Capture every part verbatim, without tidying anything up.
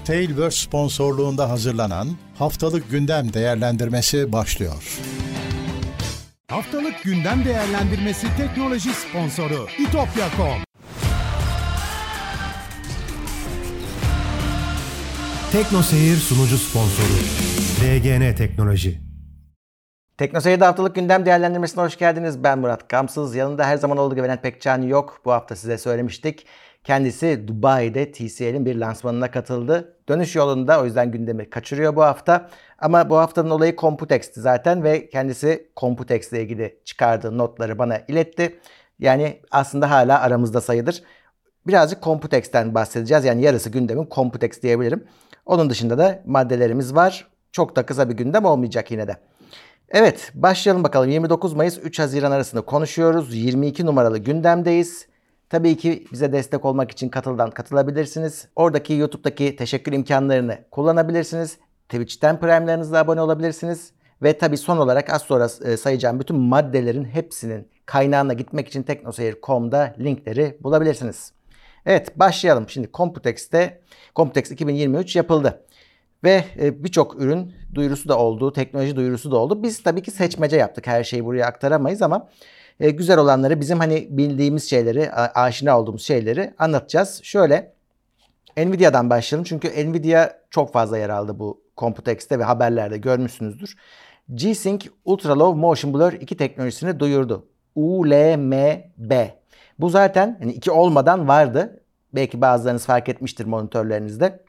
Tailverse sponsorluğunda hazırlanan Haftalık Gündem Değerlendirmesi başlıyor. Haftalık Gündem Değerlendirmesi teknoloji sponsoru itopya nokta com. TeknoSeyir sunucu sponsoru D G N Teknoloji. TeknoSeyir'de haftalık gündem değerlendirmesine hoş geldiniz. Ben Murat Kamsız. Yanında her zaman olduğu gibi Levent Pekcan yok. Bu hafta size söylemiştik. Kendisi Dubai'de T C L'in bir lansmanına katıldı. Dönüş yolunda, o yüzden gündemi kaçırıyor bu hafta. Ama bu haftanın olayı Computex'ti zaten ve kendisi Computex ile ilgili çıkardığı notları bana iletti. Yani aslında hala aramızda sayılır. Birazcık Computex'ten bahsedeceğiz. Yani yarısı gündemin Computex diyebilirim. Onun dışında da maddelerimiz var. Çok da kısa bir gündem olmayacak yine de. Evet, başlayalım bakalım. yirmi dokuz Mayıs üç Haziran arasında konuşuyoruz. yirmi iki numaralı gündemdeyiz. Tabii ki bize destek olmak için Katıl'dan katılabilirsiniz. Oradaki YouTube'daki teşekkür imkanlarını kullanabilirsiniz. Twitch'ten Prime'larınızla abone olabilirsiniz. Ve tabii son olarak az sonra sayacağım bütün maddelerin hepsinin kaynağına gitmek için teknoseyir nokta com'da linkleri bulabilirsiniz. Evet, başlayalım. Şimdi Computex'te Computex iki bin yirmi üç yapıldı. Ve birçok ürün duyurusu da oldu, teknoloji duyurusu da oldu. Biz tabii ki seçmece yaptık. Her şeyi buraya aktaramayız ama e, güzel olanları, bizim hani bildiğimiz şeyleri, aşina olduğumuz şeyleri anlatacağız. Şöyle, Nvidia'dan başlayalım. Çünkü Nvidia çok fazla yer aldı bu Computex'te ve haberlerde görmüşsünüzdür. G-Sync Ultra Low Motion Blur iki teknolojisini duyurdu. U L M B. Bu zaten hani iki olmadan vardı. Belki bazılarınız fark etmiştir monitörlerinizde.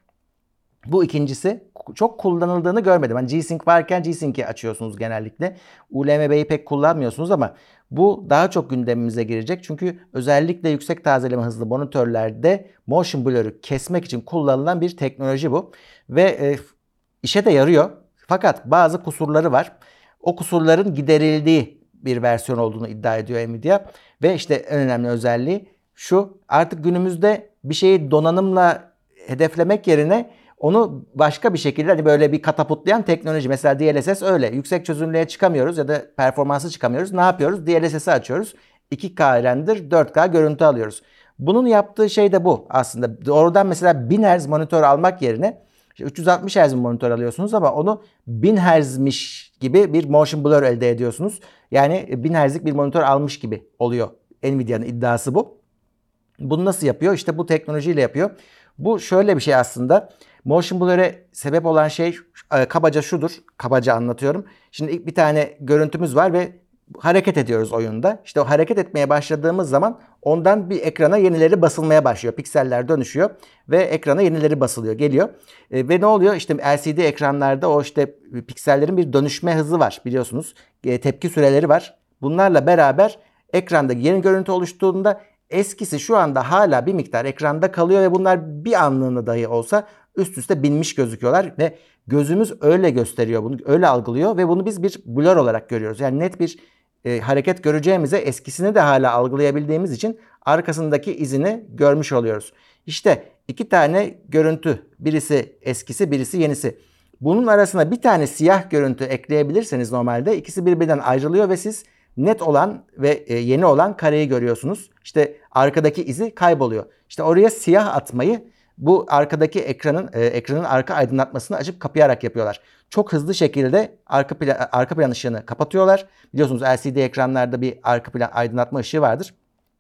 Bu ikincisi çok kullanıldığını görmedim. Hani G-Sync varken G-Sync'i açıyorsunuz genellikle. U L M B'yi pek kullanmıyorsunuz ama bu daha çok gündemimize girecek. Çünkü özellikle yüksek tazeleme hızlı monitörlerde motion blur'ü kesmek için kullanılan bir teknoloji bu. Ve e, işe de yarıyor. Fakat bazı kusurları var. O kusurların giderildiği bir versiyon olduğunu iddia ediyor Nvidia. Ve işte en önemli özelliği şu: artık günümüzde bir şeyi donanımla hedeflemek yerine onu başka bir şekilde, hani böyle bir katapultlayan teknoloji. Mesela D L S S öyle. Yüksek çözünürlüğe çıkamıyoruz ya da performansı çıkamıyoruz. Ne yapıyoruz? D L S S'i açıyoruz. iki K render, dört K görüntü alıyoruz. Bunun yaptığı şey de bu aslında. Oradan mesela bin hertz monitör almak yerine üç yüz altmış hertz monitör alıyorsunuz ama onu bin hertz'miş gibi bir motion blur elde ediyorsunuz. Yani bin hertz'lik bir monitör almış gibi oluyor. Nvidia'nın iddiası bu. Bunu nasıl yapıyor? İşte bu teknolojiyle yapıyor. Bu şöyle bir şey aslında. Motion blur'e sebep olan şey e, kabaca şudur. Kabaca anlatıyorum. Şimdi ilk bir tane görüntümüz var ve hareket ediyoruz oyunda. İşte o hareket etmeye başladığımız zaman ondan bir ekrana yenileri basılmaya başlıyor. Pikseller dönüşüyor ve ekrana yenileri basılıyor, geliyor. E, ve ne oluyor? İşte L C D ekranlarda o işte piksellerin bir dönüşme hızı var biliyorsunuz. E, tepki süreleri var. Bunlarla beraber ekranda yeni görüntü oluştuğunda eskisi şu anda hala bir miktar ekranda kalıyor ve bunlar bir anlığına dahi olsa üst üste binmiş gözüküyorlar ve gözümüz öyle gösteriyor bunu, öyle algılıyor ve bunu biz bir blur olarak görüyoruz. Yani net bir e, hareket göreceğimize eskisini de hala algılayabildiğimiz için arkasındaki izini görmüş oluyoruz. İşte iki tane görüntü, birisi eskisi, birisi yenisi. Bunun arasına bir tane siyah görüntü ekleyebilirseniz normalde ikisi birbirinden ayrılıyor ve siz net olan ve yeni olan kareyi görüyorsunuz. İşte arkadaki izi kayboluyor. İşte oraya siyah atmayı bu arkadaki ekranın e, ekranın arka aydınlatmasını açıp kapayarak yapıyorlar. Çok hızlı şekilde arka plan, arka plan ışığını kapatıyorlar. Biliyorsunuz L C D ekranlarda bir arka plan aydınlatma ışığı vardır.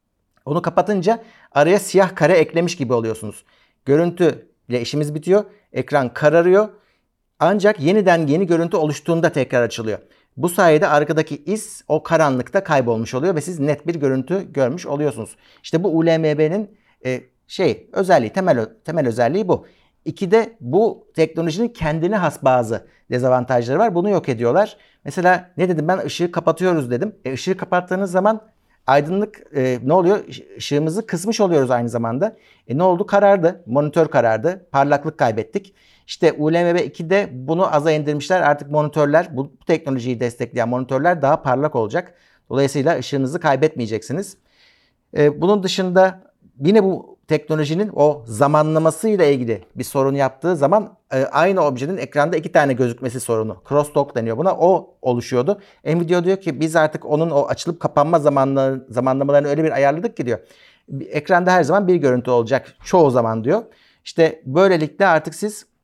Onu kapatınca araya siyah kare eklemiş gibi oluyorsunuz. Görüntüyle işimiz bitiyor. Ekran kararıyor. Ancak yeniden yeni görüntü oluştuğunda tekrar açılıyor. Bu sayede arkadaki iz o karanlıkta kaybolmuş oluyor ve siz net bir görüntü görmüş oluyorsunuz. İşte bu U L M B'nin e, şey özelliği, temel temel özelliği bu. İkide bu teknolojinin kendine has bazı dezavantajları var. Bunu yok ediyorlar. Mesela ne dedim ben? Işığı kapatıyoruz dedim. E, ışığı kapattığınız zaman aydınlık e, ne oluyor? Işığımızı kısmış oluyoruz aynı zamanda. E, ne oldu? Karardı. Monitör karardı. Parlaklık kaybettik. İşte U L M B ikide bunu aza indirmişler. Artık monitörler, bu teknolojiyi destekleyen monitörler daha parlak olacak. Dolayısıyla ışığınızı kaybetmeyeceksiniz. E, bunun dışında yine bu teknolojinin o zamanlamasıyla ilgili bir sorun yaptığı zaman e, aynı objenin ekranda iki tane gözükmesi sorunu. Crosstalk deniyor buna. O oluşuyordu. Nvidia diyor ki biz artık onun o açılıp kapanma zamanları, zamanlamalarını öyle bir ayarladık ki diyor. Ekranda her zaman bir görüntü olacak çoğu zaman diyor. İşte böylelikle artık siz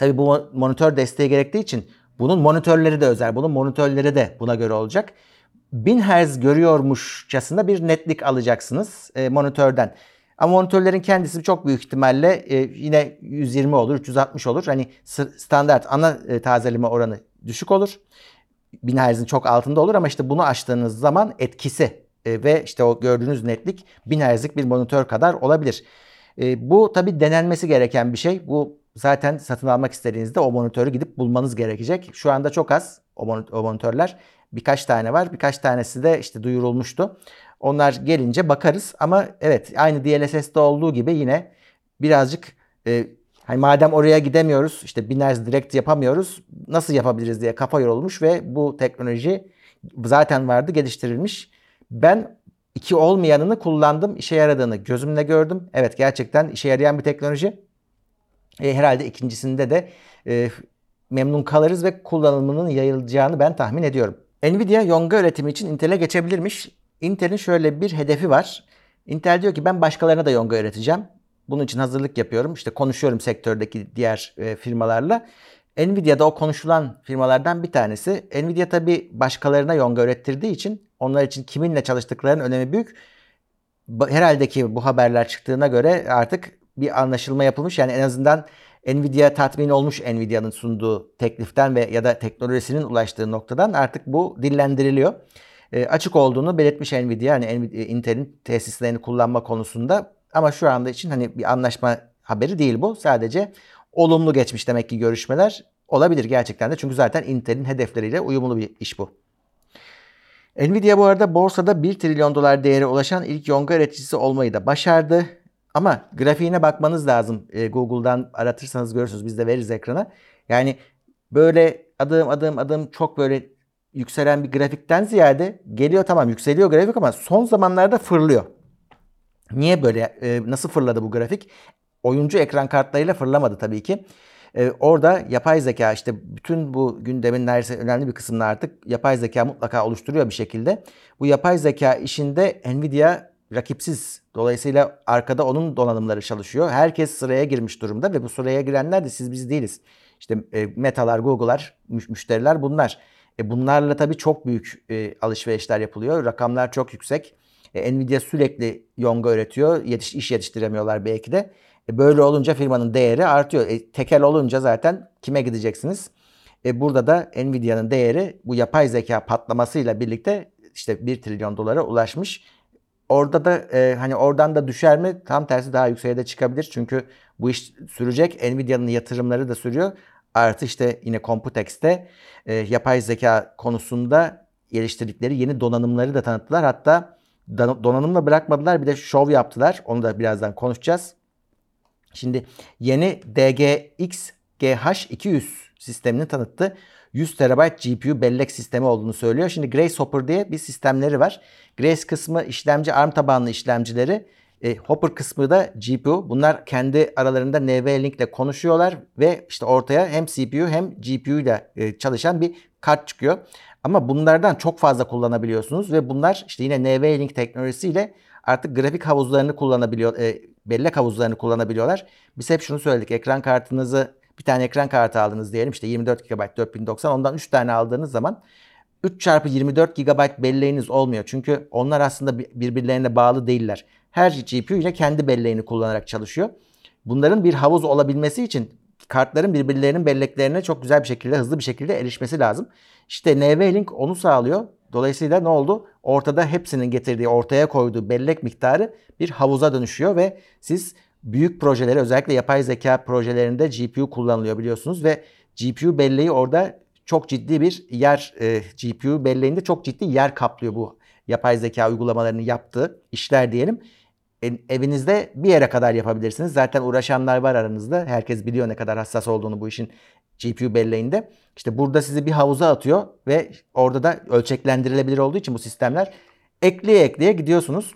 Tabii bu monitör desteği gerektiği için bunun monitörleri de özel. Bunun monitörleri de buna göre olacak. bin hertz görüyormuşçasına bir netlik alacaksınız e, monitörden. Ama monitörlerin kendisi çok büyük ihtimalle e, yine yüz yirmi olur, üç yüz altmış olur. Hani standart ana e, tazeleme oranı düşük olur. bin hertz'in çok altında olur ama işte bunu açtığınız zaman etkisi e, ve işte o gördüğünüz netlik bin hertz'lik bir monitör kadar olabilir. E, bu tabii denenmesi gereken bir şey. Bu zaten satın almak istediğinizde o monitörü gidip bulmanız gerekecek. Şu anda çok az o, mon- o monitörler. Birkaç tane var. Birkaç tanesi de işte duyurulmuştu. Onlar gelince bakarız ama evet aynı D L S S'de olduğu gibi yine birazcık e, hani madem oraya gidemiyoruz işte bin hertz direkt yapamıyoruz nasıl yapabiliriz diye kafa yorulmuş ve bu teknoloji zaten vardı geliştirilmiş. Ben iki olmayanını kullandım işe yaradığını gözümle gördüm. Evet gerçekten işe yarayan bir teknoloji. E, herhalde ikincisinde de e, memnun kalırız ve kullanımının yayılacağını ben tahmin ediyorum. Nvidia Yonga üretimi için Intel'e geçebilirmiş. Intel'in şöyle bir hedefi var. Intel diyor ki ben başkalarına da Yonga üreteceğim. Bunun için hazırlık yapıyorum. İşte konuşuyorum sektördeki diğer e, firmalarla. Nvidia'da o konuşulan firmalardan bir tanesi. Nvidia tabii başkalarına Yonga ürettirdiği için onlar için kiminle çalıştıklarının önemi büyük. Herhalde ki bu haberler çıktığına göre artık bir anlaşılma yapılmış. Yani en azından Nvidia tatmin olmuş Nvidia'nın sunduğu tekliften ve ya da teknolojisinin ulaştığı noktadan artık bu dillendiriliyor. E, açık olduğunu belirtmiş Nvidia hani Intel'in tesislerini kullanma konusunda ama şu anda için hani bir anlaşma haberi değil bu. Sadece olumlu geçmiş demek ki görüşmeler olabilir gerçekten de çünkü zaten Intel'in hedefleriyle uyumlu bir iş bu. Nvidia bu arada borsada bir trilyon dolar değeri ulaşan ilk Yonga üreticisi olmayı da başardı. Ama grafiğine bakmanız lazım. E, Google'dan aratırsanız görürsünüz. Biz de veririz ekrana. Yani böyle adım adım adım çok böyle yükselen bir grafikten ziyade geliyor tamam yükseliyor grafik ama son zamanlarda fırlıyor. Niye böyle? E, nasıl fırladı bu grafik? Oyuncu ekran kartlarıyla fırlamadı tabii ki. Ee, orada yapay zeka işte bütün bu gündemin neredeyse önemli bir kısmını artık yapay zeka mutlaka oluşturuyor bir şekilde. Bu yapay zeka işinde Nvidia rakipsiz. Dolayısıyla arkada onun donanımları çalışıyor. Herkes sıraya girmiş durumda ve bu sıraya girenler de siz biz değiliz. İşte e, Meta'lar, Google'lar, müşteriler bunlar. E, bunlarla tabii çok büyük e, alışverişler yapılıyor. Rakamlar çok yüksek. E, Nvidia sürekli Yonga üretiyor. Yetiş, iş yetiştiremiyorlar belki de. E, böyle olunca firmanın değeri artıyor. E, tekel olunca zaten kime gideceksiniz? E, burada da Nvidia'nın değeri bu yapay zeka patlamasıyla birlikte işte bir trilyon dolara ulaşmış. Orada da e, hani oradan da düşer mi? Tam tersi daha yükseğe de çıkabilir. Çünkü bu iş sürecek. Nvidia'nın yatırımları da sürüyor. Artı işte yine Computex'te e, yapay zeka konusunda geliştirdikleri yeni donanımları da tanıttılar. Hatta donanımla bırakmadılar bir de şov yaptılar. Onu da birazdan konuşacağız. Şimdi yeni D G X G H iki yüz sistemini tanıttı. yüz terabayt G P U bellek sistemi olduğunu söylüyor. Şimdi Grace Hopper diye bir sistemleri var. Grace kısmı işlemci ARM tabanlı işlemcileri. E, Hopper kısmı da G P U. Bunlar kendi aralarında N V Link ile konuşuyorlar ve işte ortaya hem C P U hem G P U ile e, çalışan bir kart çıkıyor. Ama bunlardan çok fazla kullanabiliyorsunuz ve bunlar işte yine N V Link teknolojisiyle artık grafik havuzlarını kullanabiliyor, e, bellek havuzlarını kullanabiliyorlar. Biz hep şunu söyledik. Ekran kartınızı bir tane ekran kartı aldınız diyelim. İşte yirmi dört gigabayt dört bin doksan ondan üç tane aldığınız zaman üç çarpı yirmi dört gigabayt belleğiniz olmuyor. Çünkü onlar aslında birbirlerine bağlı değiller. Her G P U ile kendi belleğini kullanarak çalışıyor. Bunların bir havuz olabilmesi için kartların birbirlerinin belleklerine çok güzel bir şekilde, hızlı bir şekilde erişmesi lazım. İşte N V Link onu sağlıyor. Dolayısıyla ne oldu? Ortada hepsinin getirdiği, ortaya koyduğu bellek miktarı bir havuza dönüşüyor ve siz büyük projeleri, özellikle yapay zeka projelerinde G P U kullanılıyor biliyorsunuz ve G P U belleği orada çok ciddi bir yer, e, G P U belleğinde çok ciddi yer kaplıyor bu yapay zeka uygulamalarını yaptığı işler diyelim. E, evinizde bir yere kadar yapabilirsiniz. Zaten uğraşanlar var aranızda. Herkes biliyor ne kadar hassas olduğunu bu işin G P U belleğinde. İşte burada sizi bir havuza atıyor ve orada da ölçeklendirilebilir olduğu için bu sistemler ekleye ekleye gidiyorsunuz.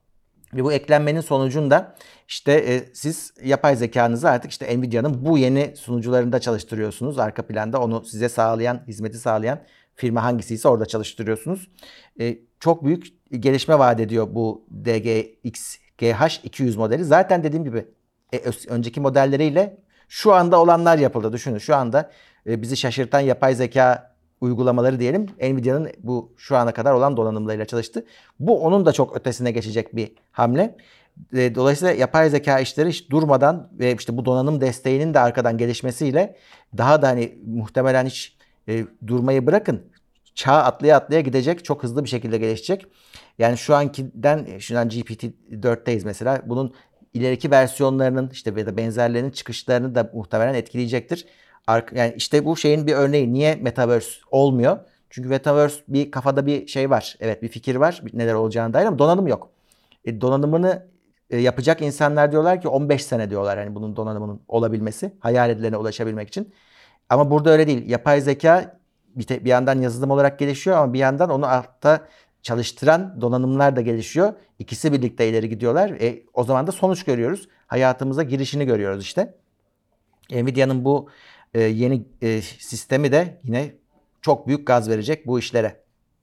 Ve bu eklenmenin sonucunda işte e, siz yapay zekanızı artık işte Nvidia'nın bu yeni sunucularında çalıştırıyorsunuz. Arka planda onu size sağlayan, hizmeti sağlayan firma hangisiyse orada çalıştırıyorsunuz. E, çok büyük gelişme vaat ediyor bu D G X G H iki yüz modeli. Zaten dediğim gibi e, önceki modelleriyle Şu anda olanlar yapıldı. Düşünün şu anda e, bizi şaşırtan yapay zeka uygulamaları diyelim. Nvidia'nın bu şu ana kadar olan donanımlarıyla çalıştı. Bu onun da çok ötesine geçecek bir hamle. E, dolayısıyla yapay zeka işleri hiç durmadan ve işte bu donanım desteğinin de arkadan gelişmesiyle daha da hani muhtemelen hiç e, durmayı bırakın. Çağ atlaya atlaya gidecek. Çok hızlı bir şekilde gelişecek. Yani şu ankiden, şu an G P T dörtteyiz mesela. Bunun ileriki versiyonlarının işte ya da benzerlerinin çıkışlarını da muhtemelen etkileyecektir. Yani işte bu şeyin bir örneği. Niye Metaverse olmuyor? Çünkü Metaverse bir kafada bir şey var. Evet, bir fikir var. Neler olacağına dair ama donanım yok. E, donanımını e, yapacak insanlar diyorlar ki on beş sene diyorlar. Yani bunun donanımının olabilmesi, hayal edilene ulaşabilmek için. Ama burada öyle değil. Yapay zeka bir, te, bir yandan yazılım olarak gelişiyor ama bir yandan onu altta çalıştıran donanımlar da gelişiyor. İkisi birlikte ileri gidiyorlar. E, o zaman da sonuç görüyoruz. Hayatımıza girişini görüyoruz işte. Nvidia'nın bu e, yeni e, sistemi de yine çok büyük gaz verecek bu işlere.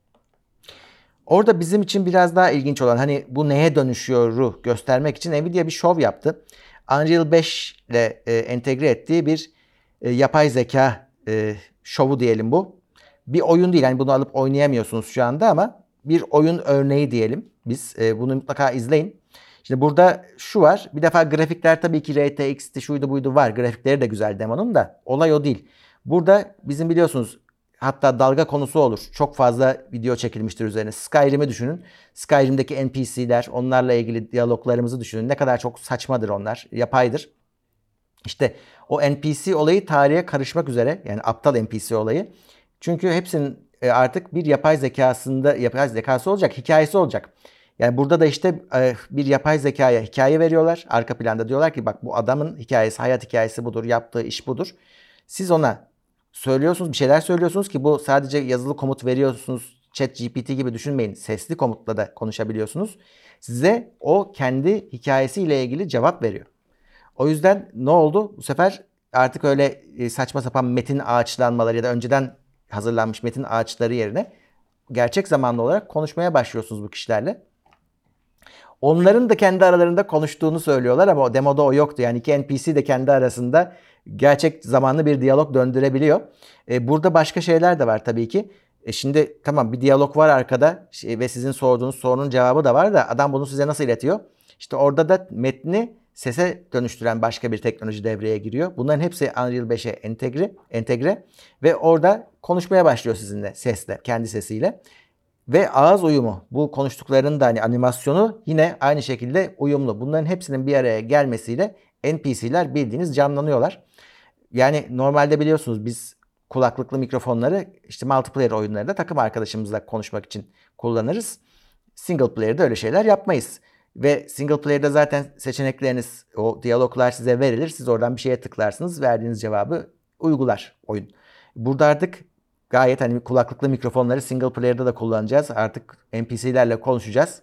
Orada bizim için biraz daha ilginç olan hani bu neye dönüşüyoru göstermek için Nvidia bir şov yaptı. Unreal beş ile e, entegre ettiği bir e, yapay zeka e, şovu diyelim bu. Bir oyun değil, yani bunu alıp oynayamıyorsunuz şu anda ama bir oyun örneği diyelim biz. E, bunu mutlaka izleyin. Şimdi burada şu var. Bir defa grafikler tabii ki R T X'ti, şuydu buydu var. Grafikleri de güzel demonun da. Olay o değil. Burada bizim biliyorsunuz hatta dalga konusu olur. Çok fazla video çekilmiştir üzerine. Skyrim'i düşünün. Skyrim'deki N P C'ler, onlarla ilgili diyaloglarımızı düşünün. Ne kadar çok saçmadır onlar. Yapaydır. İşte o N P C olayı tarihe karışmak üzere. Yani aptal N P C olayı. Çünkü hepsinin artık bir yapay zekasında yapay zekası olacak, hikayesi olacak. Yani burada da işte bir yapay zekaya hikaye veriyorlar. Arka planda diyorlar ki bak bu adamın hikayesi, hayat hikayesi budur, yaptığı iş budur. Siz ona söylüyorsunuz, bir şeyler söylüyorsunuz ki bu sadece yazılı komut veriyorsunuz. ChatGPT gibi düşünmeyin. Sesli komutla da konuşabiliyorsunuz. Size o kendi hikayesiyle ilgili cevap veriyor. O yüzden ne oldu? Bu sefer artık öyle saçma sapan metin ağaçlanmaları ya da önceden hazırlanmış metin ağaçları yerine gerçek zamanlı olarak konuşmaya başlıyorsunuz bu kişilerle. Onların da kendi aralarında konuştuğunu söylüyorlar ama o demoda o yoktu. Yani iki N P C de kendi arasında gerçek zamanlı bir diyalog döndürebiliyor. E, burada başka şeyler de var tabii ki. E, şimdi tamam bir diyalog var arkada ve sizin sorduğunuz sorunun cevabı da var da adam bunu size nasıl iletiyor? İşte orada da metni sese dönüştüren başka bir teknoloji devreye giriyor. Bunların hepsi Unreal beşe entegre, entegre ve orada konuşmaya başlıyor sizinle sesle, kendi sesiyle. Ve ağız uyumu, bu konuştuklarının da hani animasyonu yine aynı şekilde uyumlu. Bunların hepsinin bir araya gelmesiyle N P C'ler bildiğiniz canlanıyorlar. Yani normalde biliyorsunuz biz kulaklıklı mikrofonları işte multiplayer oyunlarında takım arkadaşımızla konuşmak için kullanırız. Single player'da öyle şeyler yapmayız. Ve single player'da zaten seçenekleriniz, o diyaloglar size verilir. Siz oradan bir şeye tıklarsınız, verdiğiniz cevabı uygular oyun. Burada artık gayet hani kulaklıklı mikrofonları single player'da da kullanacağız. Artık N P C'lerle konuşacağız.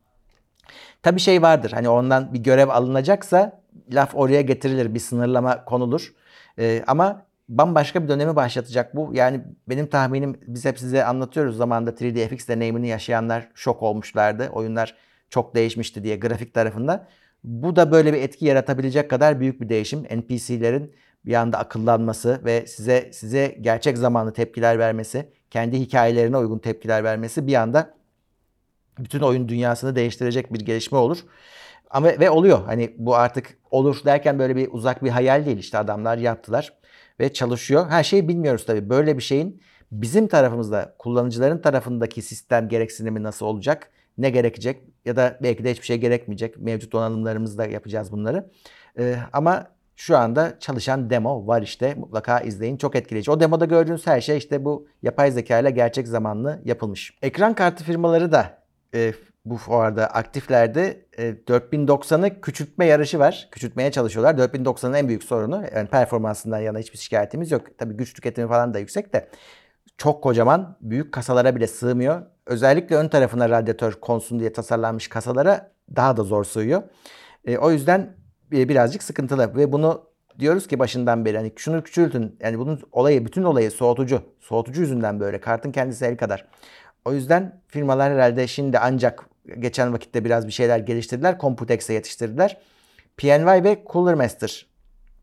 Tabii şey vardır. Hani ondan bir görev alınacaksa laf oraya getirilir. Bir sınırlama konulur. Ee, ama bambaşka bir dönemi başlatacak bu. Yani benim tahminim, biz hep size anlatıyoruz zamanında üç D F X deneyimini yaşayanlar şok olmuşlardı. Oyunlar çok değişmişti diye grafik tarafında. Bu da böyle bir etki yaratabilecek kadar büyük bir değişim. N P C'lerin bir anda akıllanması ve size size gerçek zamanlı tepkiler vermesi, kendi hikayelerine uygun tepkiler vermesi bir anda bütün oyun dünyasını değiştirecek bir gelişme olur. Ama ve oluyor. Hani bu artık olur derken böyle bir uzak bir hayal değil. İşte adamlar yaptılar ve çalışıyor. Her şeyi bilmiyoruz tabii. Böyle bir şeyin bizim tarafımızda, kullanıcıların tarafındaki sistem gereksinimi nasıl olacak? Ne gerekecek? Ya da belki de hiçbir şey gerekmeyecek. Mevcut donanımlarımızda yapacağız bunları. Ee, ama şu anda çalışan demo var işte. Mutlaka izleyin. Çok etkileyici. O demoda gördüğünüz her şey işte bu yapay zeka ile gerçek zamanlı yapılmış. Ekran kartı firmaları da e, bu fuarda aktiflerde. E, dört bin doksanı küçültme yarışı var. Küçültmeye çalışıyorlar. dört bin doksanın en büyük sorunu, yani performansından yana hiçbir şikayetimiz yok. Tabii güç tüketimi falan da yüksek de çok kocaman, büyük kasalara bile sığmıyor. Özellikle ön tarafına radyatör konsun diye tasarlanmış kasalara daha da zor sığıyor. E, o yüzden e, birazcık sıkıntılı ve bunu diyoruz ki başından beri hani şunu küçültün. Yani bunun olayı, bütün olayı soğutucu. Soğutucu yüzünden böyle. Kartın kendisi el kadar. O yüzden firmalar herhalde şimdi ancak geçen vakitte biraz bir şeyler geliştirdiler. Computex'e yetiştirdiler. P N Y ve Cooler Master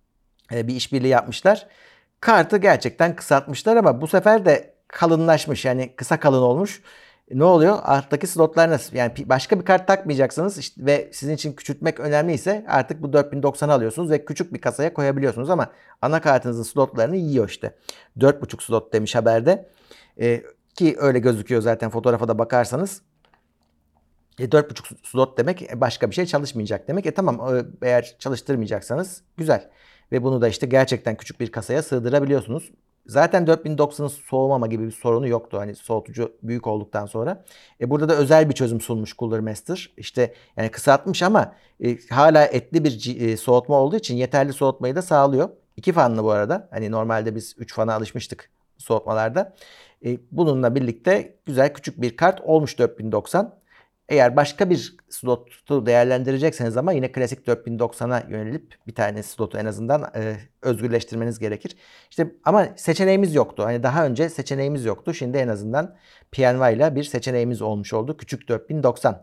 e, bir işbirliği yapmışlar. Kartı gerçekten kısaltmışlar ama bu sefer de kalınlaşmış. Yani kısa kalın olmuş. Ne oluyor? Alttaki slotlar nasıl? Yani başka bir kart takmayacaksınız işte ve sizin için küçültmek önemliyse artık bu dört bin doksanı alıyorsunuz ve küçük bir kasaya koyabiliyorsunuz ama anakartınızın slotlarını yiyor işte. dört buçuk slot demiş haberde. Ee, ki öyle gözüküyor zaten fotoğrafa da bakarsanız. E, dört buçuk slot demek başka bir şey çalışmayacak demek. E tamam, eğer çalıştırmayacaksanız güzel. Ve bunu da işte gerçekten küçük bir kasaya sığdırabiliyorsunuz. Zaten dört bin doksanın soğumama gibi bir sorunu yoktu. Hani soğutucu büyük olduktan sonra. E burada da özel bir çözüm sunmuş Cooler Master. İşte yani kısaltmış ama e, hala etli bir e, soğutma olduğu için yeterli soğutmayı da sağlıyor. İki fanlı bu arada. Hani normalde biz üç fana alışmıştık soğutmalarda. E, bununla birlikte güzel küçük bir kart olmuş dört bin doksan. Eğer başka bir slotu değerlendirecekseniz ama yine klasik dört bin doksana yönelip bir tane slotu en azından e, özgürleştirmeniz gerekir. İşte ama seçeneğimiz yoktu. Hani daha önce seçeneğimiz yoktu. Şimdi en azından P N Y ile bir seçeneğimiz olmuş oldu. Küçük dört bin doksan.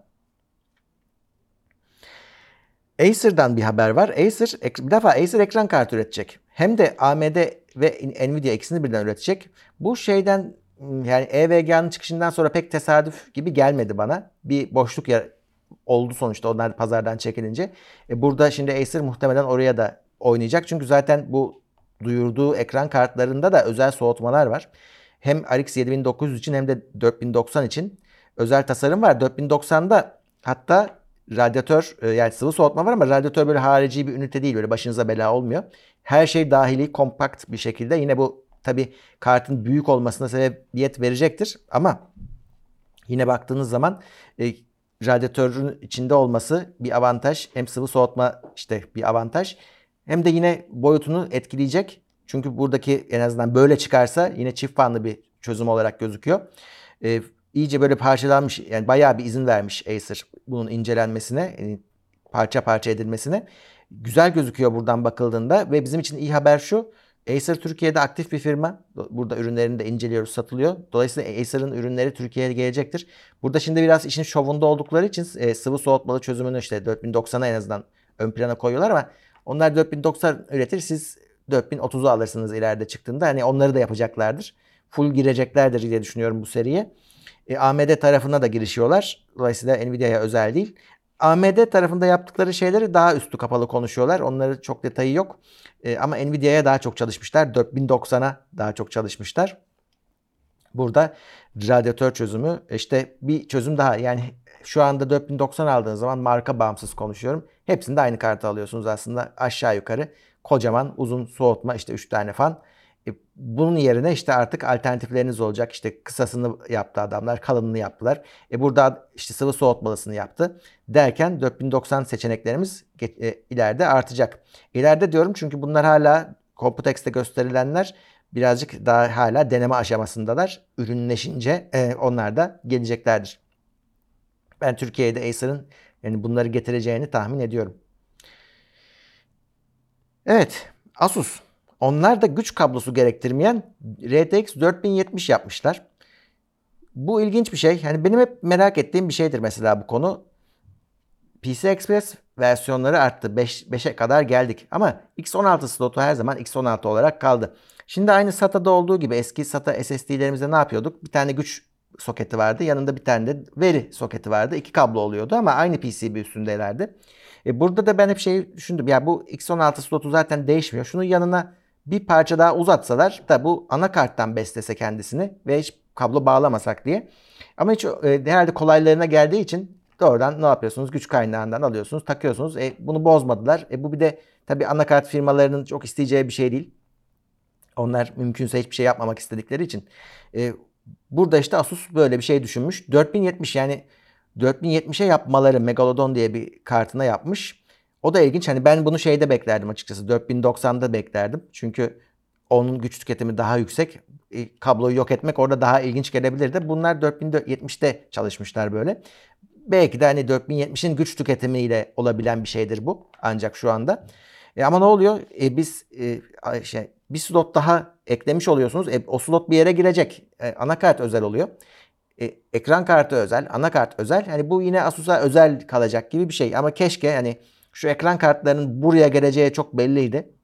Acer'dan bir haber var. Acer bir defa Acer ekran kartı üretecek. Hem de A M D ve Nvidia ikisini birden üretecek. Bu şeyden, yani E V Ga'nın çıkışından sonra pek tesadüf gibi gelmedi bana. Bir boşluk yer oldu sonuçta onlar pazardan çekilince. E burada şimdi Acer muhtemelen oraya da oynayacak. Çünkü zaten bu duyurduğu ekran kartlarında da özel soğutmalar var. Hem R X yedi bin dokuz yüz için hem de dört bin doksan için özel tasarım var. dört bin doksanda hatta radyatör, yani sıvı soğutma var ama radyatör böyle harici bir ünite değil. Böyle başınıza bela olmuyor. Her şey dahili kompakt bir şekilde. Yine bu tabii kartın büyük olmasına sebebiyet verecektir. Ama yine baktığınız zaman e, radyatörün içinde olması bir avantaj. Hem sıvı soğutma işte bir avantaj. Hem de yine boyutunu etkileyecek. Çünkü buradaki en azından böyle çıkarsa yine çift fanlı bir çözüm olarak gözüküyor. E, iyice böyle parçalanmış, yani bayağı bir izin vermiş Acer bunun incelenmesine, yani parça parça edilmesine. Güzel gözüküyor buradan bakıldığında ve bizim için iyi haber şu: Acer Türkiye'de aktif bir firma. Burada ürünlerini de inceliyoruz, satılıyor. Dolayısıyla Acer'ın ürünleri Türkiye'ye gelecektir. Burada şimdi biraz işin şovunda oldukları için e, sıvı soğutmalı çözümünü işte dört bin doksana en azından ön plana koyuyorlar ama onlar dört bin doksan üretir, siz dört bin otuzu alırsınız ileride çıktığında. Hani onları da yapacaklardır. Full gireceklerdir diye düşünüyorum bu seriye. E, A M D tarafına da girişiyorlar. Dolayısıyla Nvidia'ya özel değil. A M D tarafında yaptıkları şeyleri daha üstü kapalı konuşuyorlar. Onları çok detayı yok. E, ama Nvidia'ya daha çok çalışmışlar. dört bin doksana daha çok çalışmışlar. Burada radyatör çözümü işte bir çözüm daha. Yani şu anda dört bin doksan aldığınız zaman marka bağımsız konuşuyorum. Hepsinde aynı kartı alıyorsunuz aslında aşağı yukarı. Kocaman uzun soğutma, işte üç tane fan. E, bunun yerine işte artık alternatifleriniz olacak. İşte kısasını yaptı adamlar, kalınını yaptılar. E burada işte sıvı soğutmalısını yaptı. Derken dört bin doksan seçeneklerimiz e, ileride artacak. İleride diyorum çünkü bunlar hala Computex'te gösterilenler birazcık daha hala deneme aşamasındalar. Ürünleşince e, onlar da geleceklerdir. Ben Türkiye'de Acer'ın yani bunları getireceğini tahmin ediyorum. Evet, Asus. Onlar da güç kablosu gerektirmeyen R T X dört bin yetmiş yapmışlar. Bu ilginç bir şey. Yani benim hep merak ettiğim bir şeydir mesela bu konu. P C Express versiyonları arttı. beşe kadar geldik. Ama X on altı slotu her zaman X on altı olarak kaldı. Şimdi aynı SATA'da olduğu gibi eski SATA S S D'lerimizde ne yapıyorduk? Bir tane güç soketi vardı. Yanında bir tane de veri soketi vardı. İki kablo oluyordu ama aynı P C B üstündelerdi. E burada da ben hep şey düşündüm. Ya bu X on altı slotu zaten değişmiyor. Şunun yanına bir parça daha uzatsalar da bu anakarttan beslese kendisini ve hiç kablo bağlamasak diye. Ama hiç e, herhalde kolaylarına geldiği için doğrudan ne yapıyorsunuz? Güç kaynağından alıyorsunuz, takıyorsunuz. E, bunu bozmadılar. E, bu bir de tabii anakart firmalarının çok isteyeceği bir şey değil. Onlar mümkünse hiçbir şey yapmamak istedikleri için. E, burada işte Asus böyle bir şey düşünmüş. dört bin yetmiş, yani dört bin yetmişe yapmaları, Megalodon diye bir kartına yapmış. O da ilginç. Hani ben bunu şeyde beklerdim açıkçası. dört bin doksanda beklerdim. Çünkü onun güç tüketimi daha yüksek. E, kabloyu yok etmek orada daha ilginç gelebilirdi. Bunlar dört bin yetmişte çalışmışlar böyle. Belki de hani dört bin yetmişin güç tüketimiyle olabilen bir şeydir bu. Ancak şu anda. E, ama ne oluyor? E, biz e, şey, bir slot daha eklemiş oluyorsunuz. E, o slot bir yere girecek. E, anakart özel oluyor. E, ekran kartı özel, anakart özel. Hani bu yine Asus'a özel kalacak gibi bir şey. Ama keşke hani şu ekran kartlarının buraya geleceği çok belliydi.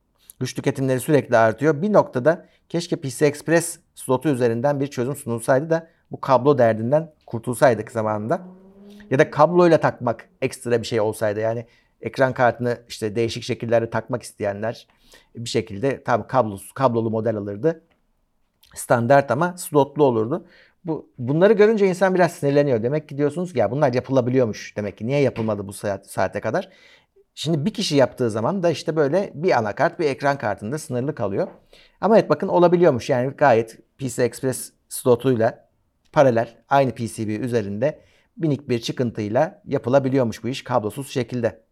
Güç tüketimleri sürekli artıyor. Bir noktada keşke P C I Express slotu üzerinden bir çözüm sunulsaydı da bu kablo derdinden kurtulsaydık zamanında. Ya da kabloyla takmak ekstra bir şey olsaydı. Yani ekran kartını işte değişik şekillerde takmak isteyenler bir şekilde tabii kablosuz, kablolu model alırdı. Standart ama slotlu olurdu. Bu bunları görünce insan biraz sinirleniyor. Demek ki diyorsunuz ki ya bunlar yapılabiliyormuş. Demek ki niye yapılmadı bu saat, saate kadar? Şimdi bir kişi yaptığı zaman da işte böyle bir anakart, bir ekran kartında sınırlı kalıyor. Ama evet bakın olabiliyormuş. Yani gayet P C I Express slotuyla paralel aynı P C B üzerinde minik bir çıkıntıyla yapılabiliyormuş bu iş kablosuz şekilde.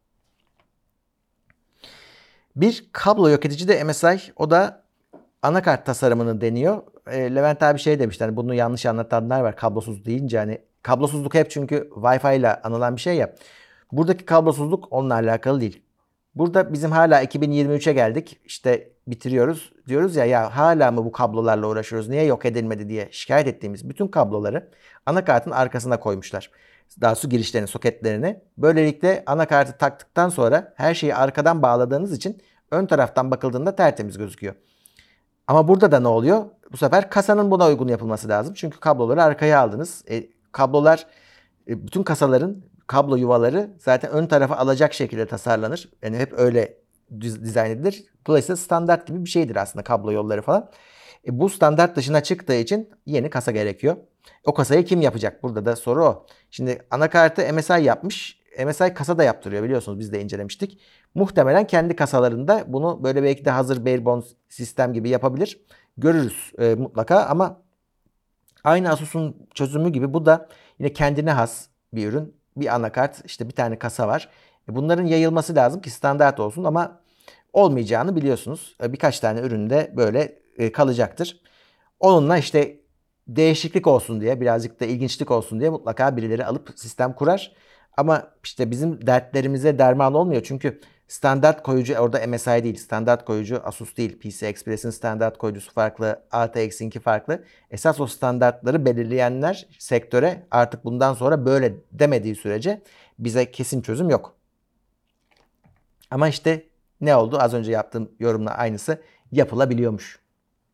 Bir kablo yok edici de M S I. O da anakart tasarımını deniyor. E, Levent abi şey demişti. Hani bunu yanlış anlatanlar var kablosuz deyince. Hani kablosuzluk hep çünkü Wi-Fi ile anılan bir şey ya. Buradaki kablosuzluk onunla alakalı değil. Burada bizim hala iki bin yirmi üçe geldik. İşte bitiriyoruz. Diyoruz ya ya hala mı bu kablolarla uğraşıyoruz? Niye yok edilmedi diye şikayet ettiğimiz bütün kabloları anakartın arkasına koymuşlar. Daha su girişlerini, soketlerini. Böylelikle anakartı taktıktan sonra her şeyi arkadan bağladığınız için ön taraftan bakıldığında tertemiz gözüküyor. Ama burada da ne oluyor? Bu sefer kasanın buna uygun yapılması lazım. Çünkü kabloları arkaya aldınız. E, kablolar, e, bütün kasaların kablo yuvaları zaten ön tarafa alacak şekilde tasarlanır. Yani hep öyle dizayn edilir. Dolayısıyla standart gibi bir şeydir aslında kablo yolları falan. E, bu standart dışına çıktığı için yeni kasa gerekiyor. O kasayı kim yapacak? Burada da soru o. Şimdi anakartı M S I yapmış. M S I kasa da yaptırıyor biliyorsunuz biz de incelemiştik. Muhtemelen kendi kasalarında bunu böyle belki de hazır bare bones sistem gibi yapabilir. Görürüz e, mutlaka ama aynı Asus'un çözümü gibi bu da yine kendine has bir ürün. Bir anakart, işte bir tane kasa var. E, bunların yayılması lazım ki standart olsun ama olmayacağını biliyorsunuz. E, birkaç tane üründe böyle e, kalacaktır. Onunla işte değişiklik olsun diye, birazcık da ilginçlik olsun diye mutlaka birileri alıp sistem kurar. Ama işte bizim dertlerimize derman olmuyor. Çünkü standart koyucu orada M S I değil. Standart koyucu Asus değil. P C I Express'in standart koyucusu farklı. A T X'inki farklı. Esas o standartları belirleyenler sektöre artık bundan sonra böyle demediği sürece bize kesin çözüm yok. Ama işte ne oldu? Az önce yaptığım yorumla aynısı yapılabiliyormuş.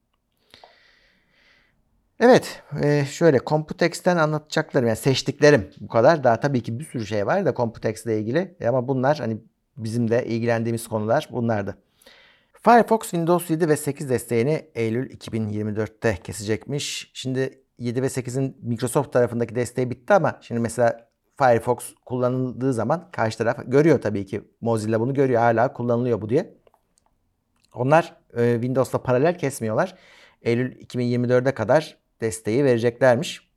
Evet, e, şöyle Computex'ten anlatacaklarım, yani seçtiklerim bu kadar. Daha tabii ki bir sürü şey var da Computex ile ilgili. Ama bunlar hani bizim de ilgilendiğimiz konular bunlardı. Firefox Windows yedi ve sekiz desteğini Eylül iki bin yirmi dörtte kesecekmiş. Şimdi yedi ve sekizin Microsoft tarafındaki desteği bitti ama şimdi mesela Firefox kullanıldığı zaman karşı taraf görüyor tabii ki. Mozilla bunu görüyor, hala kullanılıyor bu diye. Onlar e, Windows'la paralel kesmiyorlar. Eylül iki bin yirmi dörde kadar desteği vereceklermiş.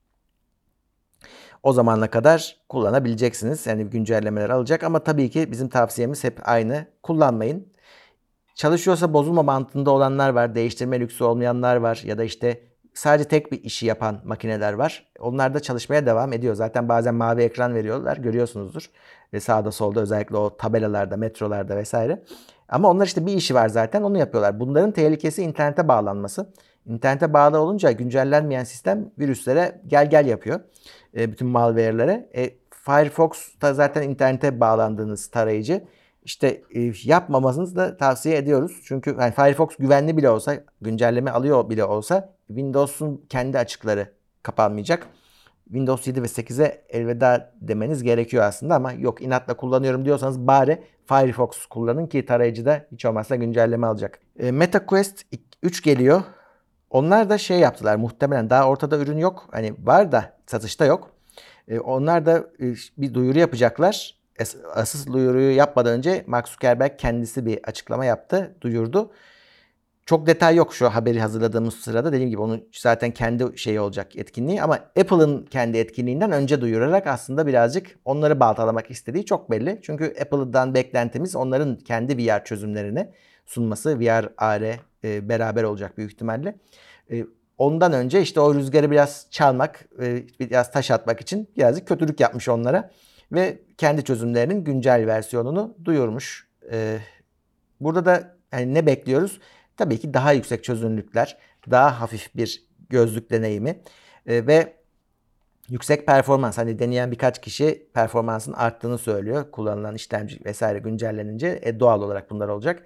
O zamana kadar kullanabileceksiniz. Yani güncellemeler alacak ama tabii ki bizim tavsiyemiz hep aynı. Kullanmayın. Çalışıyorsa bozulma mantığında olanlar var. Değiştirme lüksü olmayanlar var. Ya da işte sadece tek bir işi yapan makineler var. Onlar da çalışmaya devam ediyor. Zaten bazen mavi ekran veriyorlar. Görüyorsunuzdur. Ve sağda solda özellikle o tabelalarda, metrolarda vesaire. Ama onlar işte bir işi var zaten. Onu yapıyorlar. Bunların tehlikesi internete bağlanması. İnternete bağlı olunca güncellenmeyen sistem virüslere gel gel yapıyor. E, bütün malware'lere. E, Firefox da zaten internete bağlandığınız tarayıcı. İşte e, yapmamanızı da tavsiye ediyoruz. Çünkü yani Firefox güvenli bile olsa, güncelleme alıyor bile olsa Windows'un kendi açıkları kapanmayacak. Windows yedi ve sekize elveda demeniz gerekiyor aslında ama yok inatla kullanıyorum diyorsanız bari Firefox kullanın ki tarayıcıda hiç olmazsa güncelleme alacak. E, MetaQuest üç geliyor. Onlar da şey yaptılar muhtemelen daha ortada ürün yok. Hani var da satışta yok. E, onlar da e, bir duyuru yapacaklar. Asıl duyuruyu yapmadan önce Mark Zuckerberg kendisi bir açıklama yaptı, duyurdu. Çok detay yok şu haberi hazırladığımız sırada. Dediğim gibi onun zaten kendi şeyi olacak etkinliği ama Apple'ın kendi etkinliğinden önce duyurarak aslında birazcık onları baltalamak istediği çok belli. Çünkü Apple'dan beklentimiz onların kendi V R çözümlerini sunması. V R, A R e, beraber olacak büyük ihtimalle. E, ondan önce işte o rüzgarı biraz çalmak, e, biraz taş atmak için birazcık kötülük yapmış onlara. Ve kendi çözümlerinin güncel versiyonunu duyurmuş. Ee, burada da yani ne bekliyoruz? Tabii ki daha yüksek çözünürlükler, daha hafif bir gözlük deneyimi ee, ve yüksek performans. Hani deneyen birkaç kişi performansın arttığını söylüyor. Kullanılan işlemci vesaire güncellenince e, doğal olarak bunlar olacak.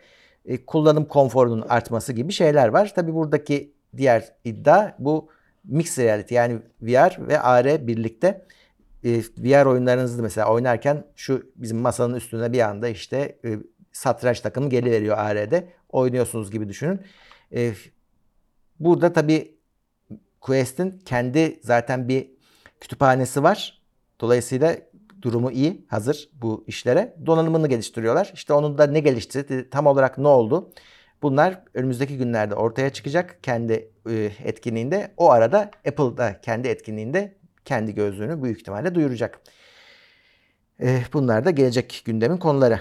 e, kullanım konforunun artması gibi şeyler var. Tabii buradaki diğer iddia bu mixed reality, yani V R ve A R birlikte. E, V R oyunlarınızı mesela oynarken şu bizim masanın üstüne bir anda işte e, satranç takımı geliveriyor A R'de. Oynuyorsunuz gibi düşünün. E, burada tabii Quest'in kendi zaten bir kütüphanesi var. Dolayısıyla durumu iyi, hazır bu işlere. Donanımını geliştiriyorlar. İşte onun da ne gelişti, tam olarak ne oldu? Bunlar önümüzdeki günlerde ortaya çıkacak kendi e, etkinliğinde. O arada Apple da kendi etkinliğinde kendi gözlüğünü büyük ihtimalle duyuracak. E, bunlar da gelecek gündemin konuları.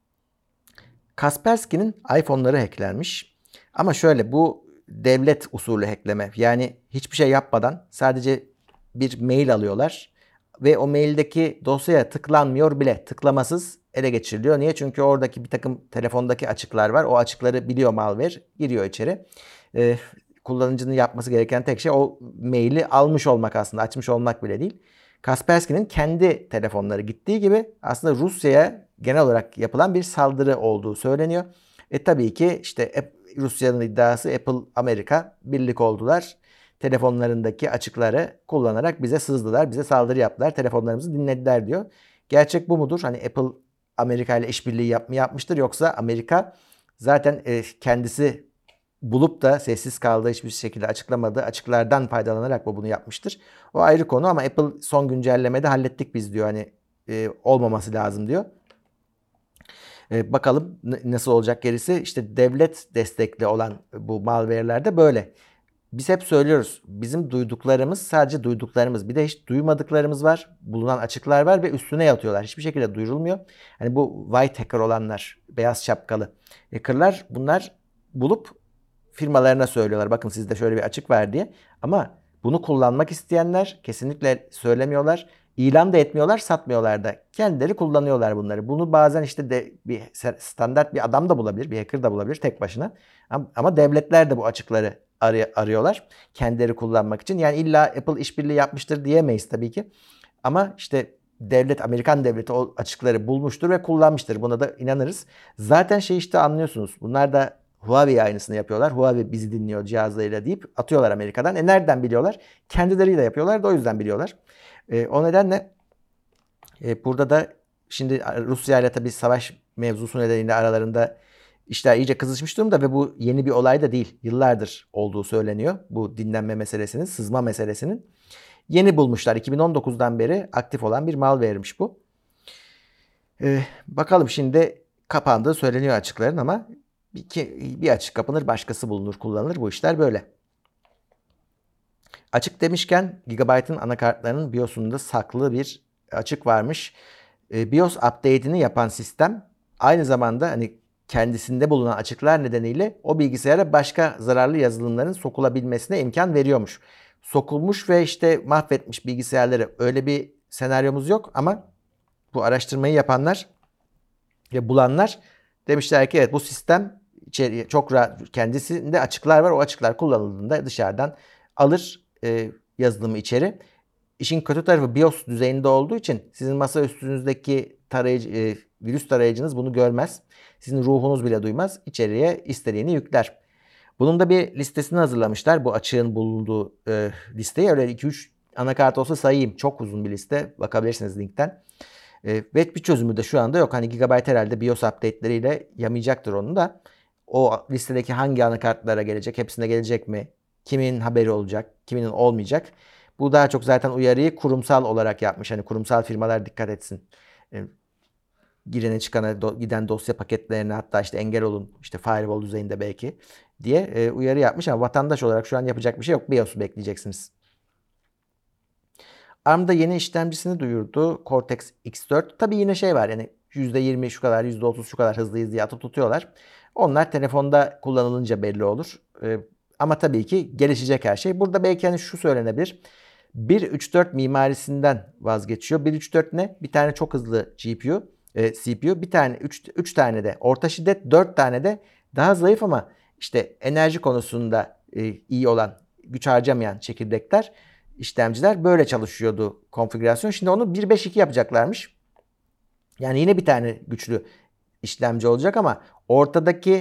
Kaspersky'nin iPhone'ları hacklenmiş. Ama şöyle, bu devlet usulü hackleme. Yani hiçbir şey yapmadan sadece bir mail alıyorlar ve o maildeki dosyaya tıklanmıyor bile. Tıklamasız ele geçiriliyor. Niye? Çünkü oradaki bir takım telefondaki açıklar var. O açıkları biliyor malware, giriyor içeri. Ee, kullanıcının yapması gereken tek şey o maili almış olmak, aslında açmış olmak bile değil. Kaspersky'nin kendi telefonları gittiği gibi aslında Rusya'ya genel olarak yapılan bir saldırı olduğu söyleniyor. E tabii ki işte Rusya'nın iddiası Apple, Amerika birlik oldular. Telefonlarındaki açıkları kullanarak bize sızdılar, bize saldırı yaptılar, telefonlarımızı dinlediler diyor. Gerçek bu mudur? Hani Apple Amerika ile işbirliği yap mı yapmıştır, yoksa Amerika zaten e, kendisi bulup da sessiz kaldığı, hiçbir şekilde açıklamadığı açıklardan faydalanarak bu bunu yapmıştır. O ayrı konu ama Apple son güncellemede hallettik biz diyor. Hani e, olmaması lazım diyor. E, bakalım nasıl olacak gerisi. İşte devlet destekli olan bu malware'lerde böyle. Biz hep söylüyoruz. Bizim duyduklarımız sadece duyduklarımız. Bir de hiç duymadıklarımız var. Bulunan açıklar var ve üstüne yatıyorlar. Hiçbir şekilde duyurulmuyor. Hani bu white hacker olanlar, beyaz şapkalı hackerlar, bunlar bulup firmalarına söylüyorlar. Bakın sizde şöyle bir açık var diye. Ama bunu kullanmak isteyenler kesinlikle söylemiyorlar. İlan da etmiyorlar, satmıyorlar da. Kendileri kullanıyorlar bunları. Bunu bazen işte de bir standart bir adam da bulabilir, bir hacker da bulabilir tek başına. Ama devletler de bu açıkları arıyorlar kendileri kullanmak için. Yani illa Apple işbirliği yapmıştır diyemeyiz tabii ki. Ama işte devlet, Amerikan devleti o açıkları bulmuştur ve kullanmıştır. Buna da inanırız. Zaten şey işte anlıyorsunuz. Bunlar da Huawei aynısını yapıyorlar. Huawei bizi dinliyor cihazlarıyla deyip atıyorlar Amerika'dan. E nereden biliyorlar? Kendileriyle yapıyorlar da o yüzden biliyorlar. E, o nedenle e, burada da şimdi Rusya ile tabii savaş mevzusu nedeniyle aralarında işler iyice kızışmış durumda ve bu yeni bir olay da değil. Yıllardır olduğu söyleniyor. Bu dinlenme meselesinin, sızma meselesinin. Yeni bulmuşlar. iki bin on dokuzdan beri aktif olan bir malware'miş bu. Ee, bakalım şimdi kapandığı söyleniyor açıkların ama bir, bir açık kapanır, başkası bulunur, kullanılır. Bu işler böyle. Açık demişken Gigabyte'ın anakartlarının BIOS'unda saklı bir açık varmış. Ee, BIOS update'ini yapan sistem aynı zamanda hani kendisinde bulunan açıklar nedeniyle o bilgisayara başka zararlı yazılımların sokulabilmesine imkan veriyormuş. Sokulmuş ve işte mahvetmiş bilgisayarları, öyle bir senaryomuz yok ama bu araştırmayı yapanlar ve bulanlar demişler ki evet, bu sistem içeriye çok rahat, kendisinde açıklar var. O açıklar kullanıldığında dışarıdan alır e, yazılımı içeri. İşin kötü tarafı BIOS düzeyinde olduğu için sizin masa üstünüzdeki tarayıcı, e, virüs tarayıcınız bunu görmez. Sizin ruhunuz bile duymaz. İçeriye istediğini yükler. Bunun da bir listesini hazırlamışlar. Bu açığın bulunduğu e, listeyi. Öyle iki üç anakart olsa sayayım. Çok uzun bir liste. Bakabilirsiniz linkten. E, ve bir çözümü de şu anda yok. Hani Gigabyte herhalde BIOS update'leriyle yamayacaktır onu da. O listedeki hangi anakartlara gelecek? Hepsine gelecek mi? Kimin haberi olacak? Kiminin olmayacak? Bu daha çok zaten uyarıyı kurumsal olarak yapmış. Hani kurumsal firmalar dikkat etsin. E, girene çıkana do, giden dosya paketlerine hatta işte engel olun. İşte firewall düzeyinde belki diye e, uyarı yapmış ama vatandaş olarak şu an yapacak bir şey yok. BIOS'u bekleyeceksiniz. A R M'da yeni işlemcisini duyurdu. Cortex X dört. Tabii yine şey var, yani yüzde yirmi şu kadar, yüzde otuz şu kadar hızlıyız diye atıp tutuyorlar. Onlar telefonda kullanılınca belli olur. E, ama tabii ki gelişecek her şey. Burada belki hani şu söylenebilir. bir nokta üç dört mimarisinden vazgeçiyor. bir nokta üç dört ne? Bir tane çok hızlı G P U, e, C P U, bir tane üç tane de orta şiddet, dört tane de daha zayıf ama işte enerji konusunda e, iyi olan, güç harcamayan çekirdekler, işlemciler böyle çalışıyordu konfigürasyon. Şimdi onu bir nokta beş iki yapacaklarmış. Yani yine bir tane güçlü işlemci olacak ama ortadaki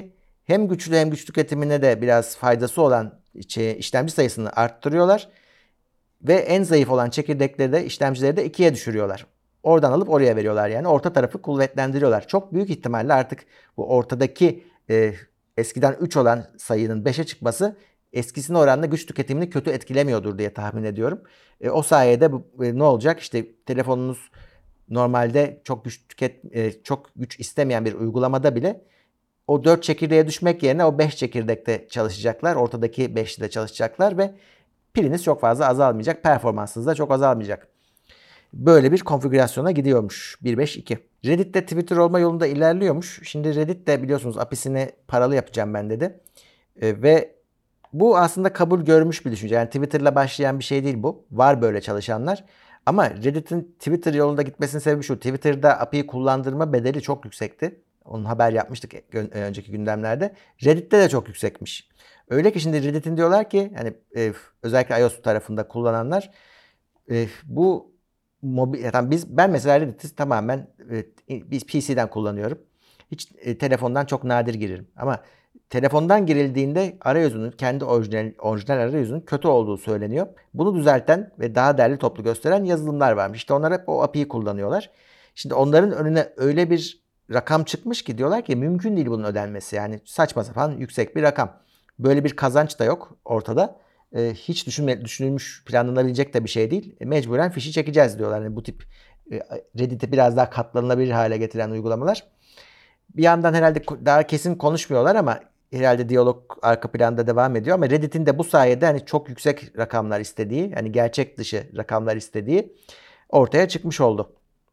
hem güçlü hem güç tüketimine de biraz faydası olan işlemci sayısını arttırıyorlar. Ve en zayıf olan çekirdekleri de işlemcileri de ikiye düşürüyorlar. Oradan alıp oraya veriyorlar yani. Orta tarafı kuvvetlendiriyorlar. Çok büyük ihtimalle artık bu ortadaki e, eskiden üç olan sayının beşe çıkması eskisine oranla güç tüketimini kötü etkilemiyordur diye tahmin ediyorum. E, o sayede bu, e, ne olacak? İşte telefonunuz normalde çok güç tüket e, çok güç istemeyen bir uygulamada bile o dört çekirdeğe düşmek yerine o beş çekirdekte çalışacaklar. Ortadaki beşli de çalışacaklar ve piliniz çok fazla azalmayacak. Performansınız da çok azalmayacak. Böyle bir konfigürasyona gidiyormuş bir nokta beş nokta iki. Reddit'te Twitter olma yolunda ilerliyormuş. Şimdi Reddit de biliyorsunuz A P I'sini paralı yapacağım ben dedi. E, ve bu aslında kabul görmüş bir düşünce. Yani Twitter'la başlayan bir şey değil bu. Var böyle çalışanlar. Ama Reddit'in Twitter yolunda gitmesinin sebebi şu. Twitter'da A P I kullandırma bedeli çok yüksekti. Onun haber yapmıştık önceki gündemlerde. Reddit'te de çok yüksekmiş. Öyle ki şimdi Reddit'in diyorlar ki hani e, özellikle iOS tarafında kullananlar e, bu mobil yani biz ben mesela Reddit'i tamamen e, biz P C'den kullanıyorum. Hiç e, telefondan çok nadir girerim. Ama telefondan girildiğinde arayüzünün kendi orijinal orijinal arayüzünün kötü olduğu söyleniyor. Bunu düzelten ve daha derli toplu gösteren yazılımlar varmış. İşte onlar hep o A P I'yi kullanıyorlar. Şimdi onların önüne öyle bir rakam çıkmış ki diyorlar ki mümkün değil bunun ödenmesi. Yani saçma sapan yüksek bir rakam. Böyle bir kazanç da yok ortada. E, hiç düşünme, düşünülmüş, planlanabilecek de bir şey değil. E, mecburen fişi çekeceğiz diyorlar. Yani bu tip e, Reddit'i biraz daha katlanılabilir hale getiren uygulamalar. Bir yandan herhalde daha kesin konuşmuyorlar ama herhalde diyalog arka planda devam ediyor. Ama Reddit'in de bu sayede hani çok yüksek rakamlar istediği, hani gerçek dışı rakamlar istediği ortaya çıkmış oldu.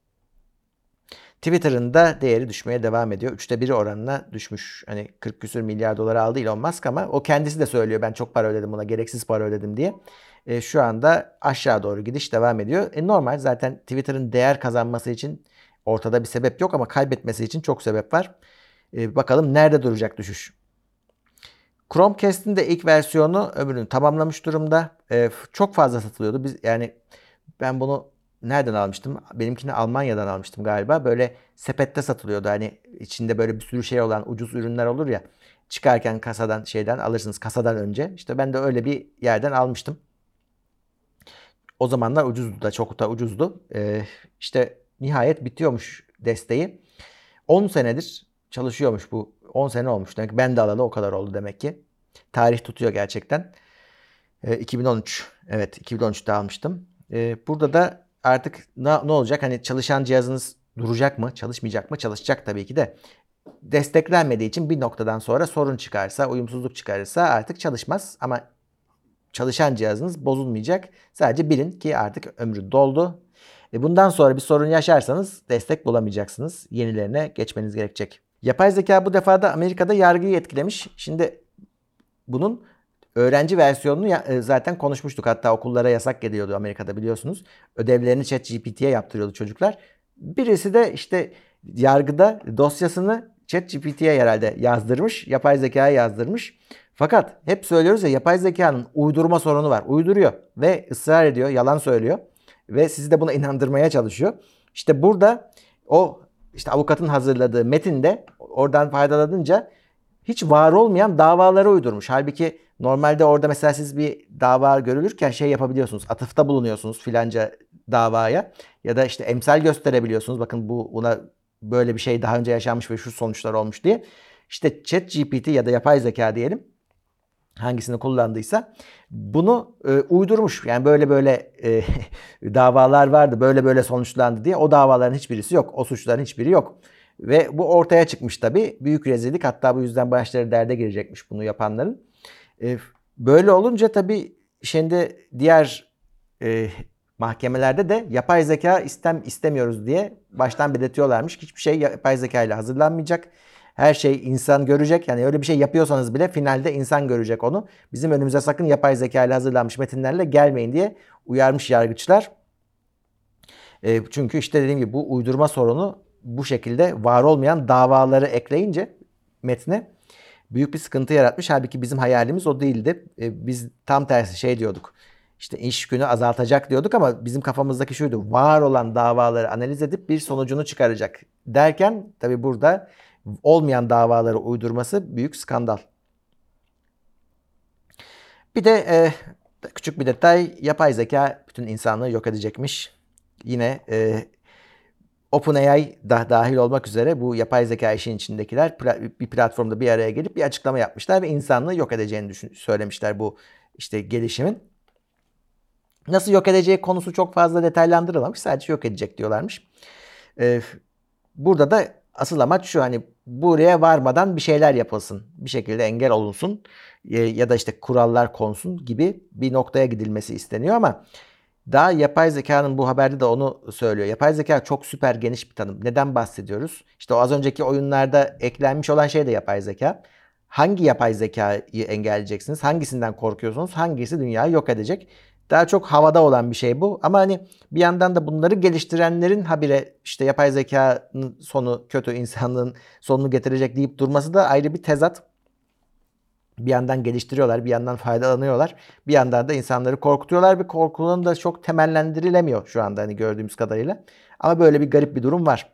Twitter'ın da değeri düşmeye devam ediyor. Üçte biri oranına düşmüş. Hani kırk küsür milyar dolara aldı Elon Musk ama o kendisi de söylüyor ben çok para ödedim buna, gereksiz para ödedim diye. E, şu anda aşağı doğru gidiş devam ediyor. E, normal zaten Twitter'ın değer kazanması için ortada bir sebep yok ama kaybetmesi için çok sebep var. E, bakalım nerede duracak düşüş. Chromecast'in de ilk versiyonu ömrünü tamamlamış durumda. E, çok fazla satılıyordu. Biz yani ben bunu nereden almıştım? Benimkini Almanya'dan almıştım galiba. Böyle sepette satılıyordu. Hani içinde böyle bir sürü şey olan ucuz ürünler olur ya. Çıkarken kasadan şeyden alırsınız kasadan önce. İşte ben de öyle bir yerden almıştım. O zamanlar ucuzdu da çok da ucuzdu. Ee, işte nihayet bitiyormuş desteği. on senedir çalışıyormuş bu. on sene olmuş. Demek ki ben de alalı o kadar oldu demek ki. Tarih tutuyor gerçekten. Ee, iki bin on üç. Evet iki bin on üçte almıştım. Ee, burada da artık ne, ne olacak? Hani çalışan cihazınız duracak mı? Çalışmayacak mı? Çalışacak tabii ki de. Desteklenmediği için bir noktadan sonra sorun çıkarsa, uyumsuzluk çıkarırsa artık çalışmaz. Ama çalışan cihazınız bozulmayacak. Sadece bilin ki artık ömrü doldu. E bundan sonra bir sorun yaşarsanız destek bulamayacaksınız. Yenilerine geçmeniz gerekecek. Yapay zeka bu defa da Amerika'da yargıyı etkilemiş. Şimdi bunun öğrenci versiyonunu zaten konuşmuştuk. Hatta okullara yasak geliyordu Amerika'da biliyorsunuz. Ödevlerini ChatGPT'ye yaptırıyordu çocuklar. Birisi de işte yargıda dosyasını ChatGPT'ye herhalde yazdırmış. Yapay zekaya yazdırmış. Fakat hep söylüyoruz ya yapay zekanın uydurma sorunu var. Uyduruyor ve ısrar ediyor, yalan söylüyor. Ve sizi de buna inandırmaya çalışıyor. İşte burada o işte avukatın hazırladığı metinde oradan faydalanınca hiç var olmayan davaları uydurmuş. Halbuki normalde orada mesela siz bir dava görülürken şey yapabiliyorsunuz. Atıfta bulunuyorsunuz filanca davaya. Ya da işte emsal gösterebiliyorsunuz. Bakın bu buna böyle bir şey daha önce yaşanmış ve şu sonuçlar olmuş diye. İşte ChatGPT ya da yapay zeka diyelim. Hangisini kullandıysa bunu e, uydurmuş. Yani böyle böyle e, davalar vardı. Böyle böyle sonuçlandı diye. O davaların hiçbirisi yok. O suçların hiçbiri yok. Ve bu ortaya çıkmış tabii. Büyük rezillik. Hatta bu yüzden başları derde girecekmiş bunu yapanların. E, böyle olunca tabii şimdi diğer e, mahkemelerde de yapay zeka istem istemiyoruz diye baştan belirtiyorlarmış. Hiçbir şey yapay zeka ile hazırlanmayacak. Her şey insan görecek. Yani öyle bir şey yapıyorsanız bile finalde insan görecek onu. Bizim önümüze sakın yapay zeka ile hazırlanmış metinlerle gelmeyin diye uyarmış yargıçlar. E, çünkü işte dediğim gibi bu uydurma sorunu bu şekilde var olmayan davaları ekleyince metne büyük bir sıkıntı yaratmış. Halbuki bizim hayalimiz o değildi. E, biz tam tersi şey diyorduk. İşte iş günü azaltacak diyorduk ama bizim kafamızdaki şuydu. Var olan davaları analiz edip bir sonucunu çıkaracak derken tabii burada olmayan davaları uydurması büyük skandal. Bir de e, küçük bir detay, yapay zeka bütün insanlığı yok edecekmiş. Yine e, OpenAI da dahil olmak üzere bu yapay zeka işin içindekiler bir platformda bir araya gelip bir açıklama yapmışlar ve insanlığı yok edeceğini düşün, söylemişler bu işte gelişimin. Nasıl yok edeceği konusu çok fazla detaylandırılmamış. Sadece yok edecek diyorlarmış. Ee, burada da asıl amaç şu, hani buraya varmadan bir şeyler yapılsın. Bir şekilde engel olunsun. E, ya da işte kurallar konsun gibi bir noktaya gidilmesi isteniyor ama daha yapay zekanın, bu haberde de onu söylüyor. Yapay zeka çok süper geniş bir tanım. Neden bahsediyoruz? İşte o az önceki oyunlarda eklenmiş olan şey de yapay zeka. Hangi yapay zekayı engelleyeceksiniz? Hangisinden korkuyorsunuz? Hangisi dünyayı yok edecek? Daha çok havada olan bir şey bu. Ama hani bir yandan da bunları geliştirenlerin habire işte yapay zekanın sonu kötü, insanlığın sonunu getirecek deyip durması da ayrı bir tezat. Bir yandan geliştiriyorlar, bir yandan faydalanıyorlar. Bir yandan da insanları korkutuyorlar ve korkunun da çok temellendirilemiyor şu anda hani gördüğümüz kadarıyla. Ama böyle bir garip bir durum var.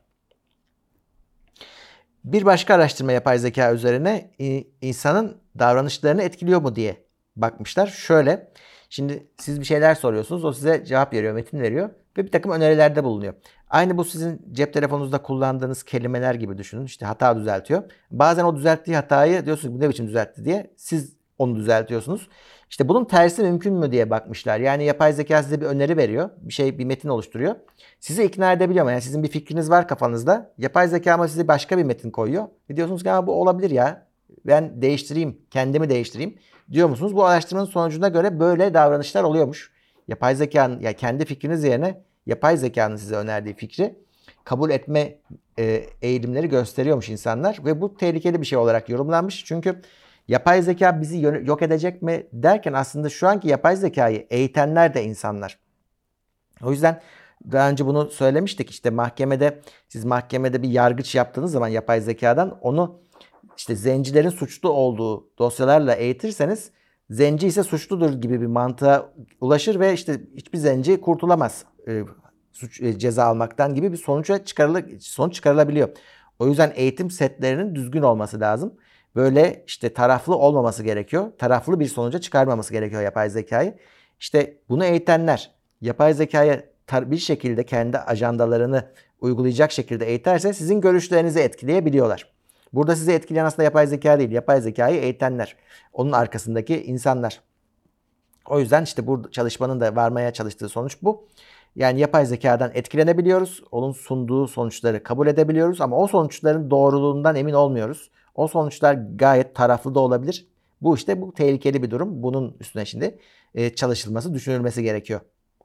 Bir başka araştırma yapay zeka üzerine insanın davranışlarını etkiliyor mu diye bakmışlar. Şöyle, şimdi siz bir şeyler soruyorsunuz, o size cevap veriyor, metin veriyor ve bir takım önerilerde bulunuyor. Aynı bu sizin cep telefonunuzda kullandığınız kelimeler gibi düşünün. İşte hata düzeltiyor. Bazen o düzelttiği hatayı diyorsunuz bu ne biçim düzeltti diye siz onu düzeltiyorsunuz. İşte bunun tersi mümkün mü diye bakmışlar. Yani yapay zeka size bir öneri veriyor. Bir şey, bir metin oluşturuyor. Sizi ikna edebiliyor mu? Yani sizin bir fikriniz var kafanızda. Yapay zeka ama size başka bir metin koyuyor. Ve diyorsunuz ki bu olabilir ya. Ben değiştireyim, kendimi değiştireyim diyor musunuz? Bu araştırmanın sonucuna göre böyle davranışlar oluyormuş. Yapay zekanın, ya yani kendi fikriniz yerine yapay zekanın size önerdiği fikri kabul etme e, eğilimleri gösteriyormuş insanlar ve bu tehlikeli bir şey olarak yorumlanmış. Çünkü yapay zeka bizi yok edecek mi derken aslında şu anki yapay zekayı eğitenler de insanlar. O yüzden daha önce bunu söylemiştik. İşte mahkemede, siz mahkemede bir yargıç yaptığınız zaman yapay zekadan onu işte zencilerin suçlu olduğu dosyalarla eğitirseniz zenci ise suçludur gibi bir mantığa ulaşır ve işte hiçbir zenci kurtulamaz e, suç e, ceza almaktan gibi bir sonuca çıkarılı sonuç çıkarılabiliyor. O yüzden eğitim setlerinin düzgün olması lazım. Böyle işte taraflı olmaması gerekiyor. Taraflı bir sonuca çıkarmaması gerekiyor yapay zekayı. İşte bunu eğitenler yapay zekaya bir şekilde kendi ajandalarını uygulayacak şekilde eğiterse sizin görüşlerinizi etkileyebiliyorlar. Burada sizi etkileyen aslında yapay zeka değil, yapay zekayı eğitenler. Onun arkasındaki insanlar. O yüzden işte bu çalışmanın da varmaya çalıştığı sonuç bu. Yani yapay zekadan etkilenebiliyoruz. Onun sunduğu sonuçları kabul edebiliyoruz ama o sonuçların doğruluğundan emin olmuyoruz. O sonuçlar gayet taraflı da olabilir. Bu işte bu tehlikeli bir durum. Bunun üstüne şimdi çalışılması, düşünülmesi gerekiyor.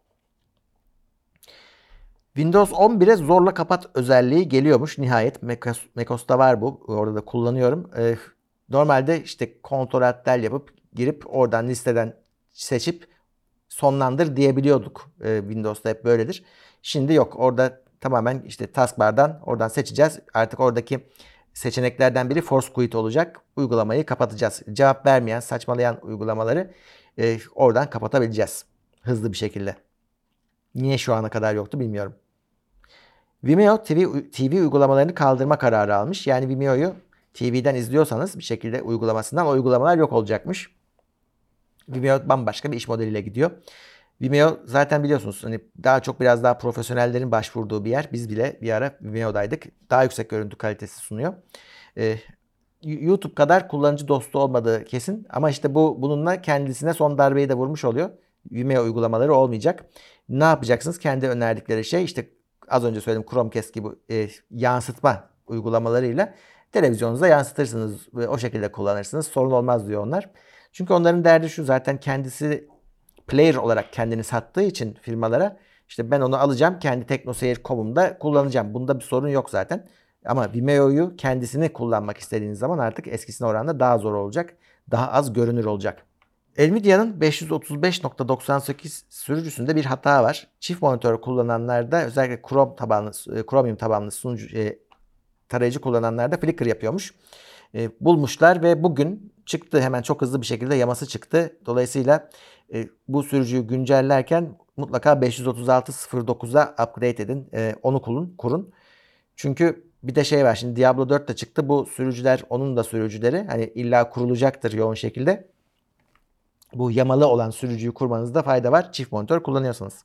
Windows on bire zorla kapat özelliği geliyormuş nihayet. macOS'ta var bu. Orada da kullanıyorum. Ee, normalde işte Ctrl Alt Del yapıp girip oradan listeden seçip sonlandır diyebiliyorduk. Ee, Windows'ta hep böyledir. Şimdi yok. Orada tamamen işte taskbar'dan oradan seçeceğiz. Artık oradaki seçeneklerden biri Force Quit olacak. Uygulamayı kapatacağız. Cevap vermeyen, saçmalayan uygulamaları e, oradan kapatabileceğiz. Hızlı bir şekilde. Niye şu ana kadar yoktu bilmiyorum. Vimeo T V, T V uygulamalarını kaldırma kararı almış. Yani Vimeo'yu T V'den izliyorsanız bir şekilde uygulamasından o uygulamalar yok olacakmış. Vimeo bambaşka bir iş modeliyle gidiyor. Vimeo zaten biliyorsunuz hani daha çok biraz daha profesyonellerin başvurduğu bir yer. Biz bile bir ara Vimeo'daydık. Daha yüksek görüntü kalitesi sunuyor. Ee, YouTube kadar kullanıcı dostu olmadığı kesin. Ama işte bu bununla kendisine son darbeyi de vurmuş oluyor. Vimeo uygulamaları olmayacak. Ne yapacaksınız? Kendi önerdikleri şey işte az önce söyledim Chromecast gibi e, yansıtma uygulamalarıyla televizyonunuza yansıtırsınız ve o şekilde kullanırsınız. Sorun olmaz diyor onlar. Çünkü onların derdi şu, zaten kendisi player olarak kendini sattığı için firmalara işte ben onu alacağım kendi teknoseyir nokta com'umda kullanacağım. Bunda bir sorun yok zaten. Ama Vimeo'yu kendisini kullanmak istediğiniz zaman artık eskisine oranla daha zor olacak. Daha az görünür olacak. Nvidia'nın beş yüz otuz beş nokta doksan sekiz sürücüsünde bir hata var. Çift monitör kullananlarda özellikle Chrome tabanlı, Chromium tabanlı sunucu, e, tarayıcı kullananlarda flicker yapıyormuş. E, bulmuşlar ve bugün çıktı, hemen çok hızlı bir şekilde yaması çıktı. Dolayısıyla e, bu sürücüyü güncellerken mutlaka beş yüz otuz altı nokta sıfır dokuza upgrade edin. E, onu kurun, kurun. Çünkü bir de şey var, şimdi Diablo dört de çıktı. Bu sürücüler onun da sürücüleri. Hani illa kurulacaktır yoğun şekilde. Bu yamalı olan sürücüyü kurmanızda fayda var. Çift monitör kullanıyorsanız.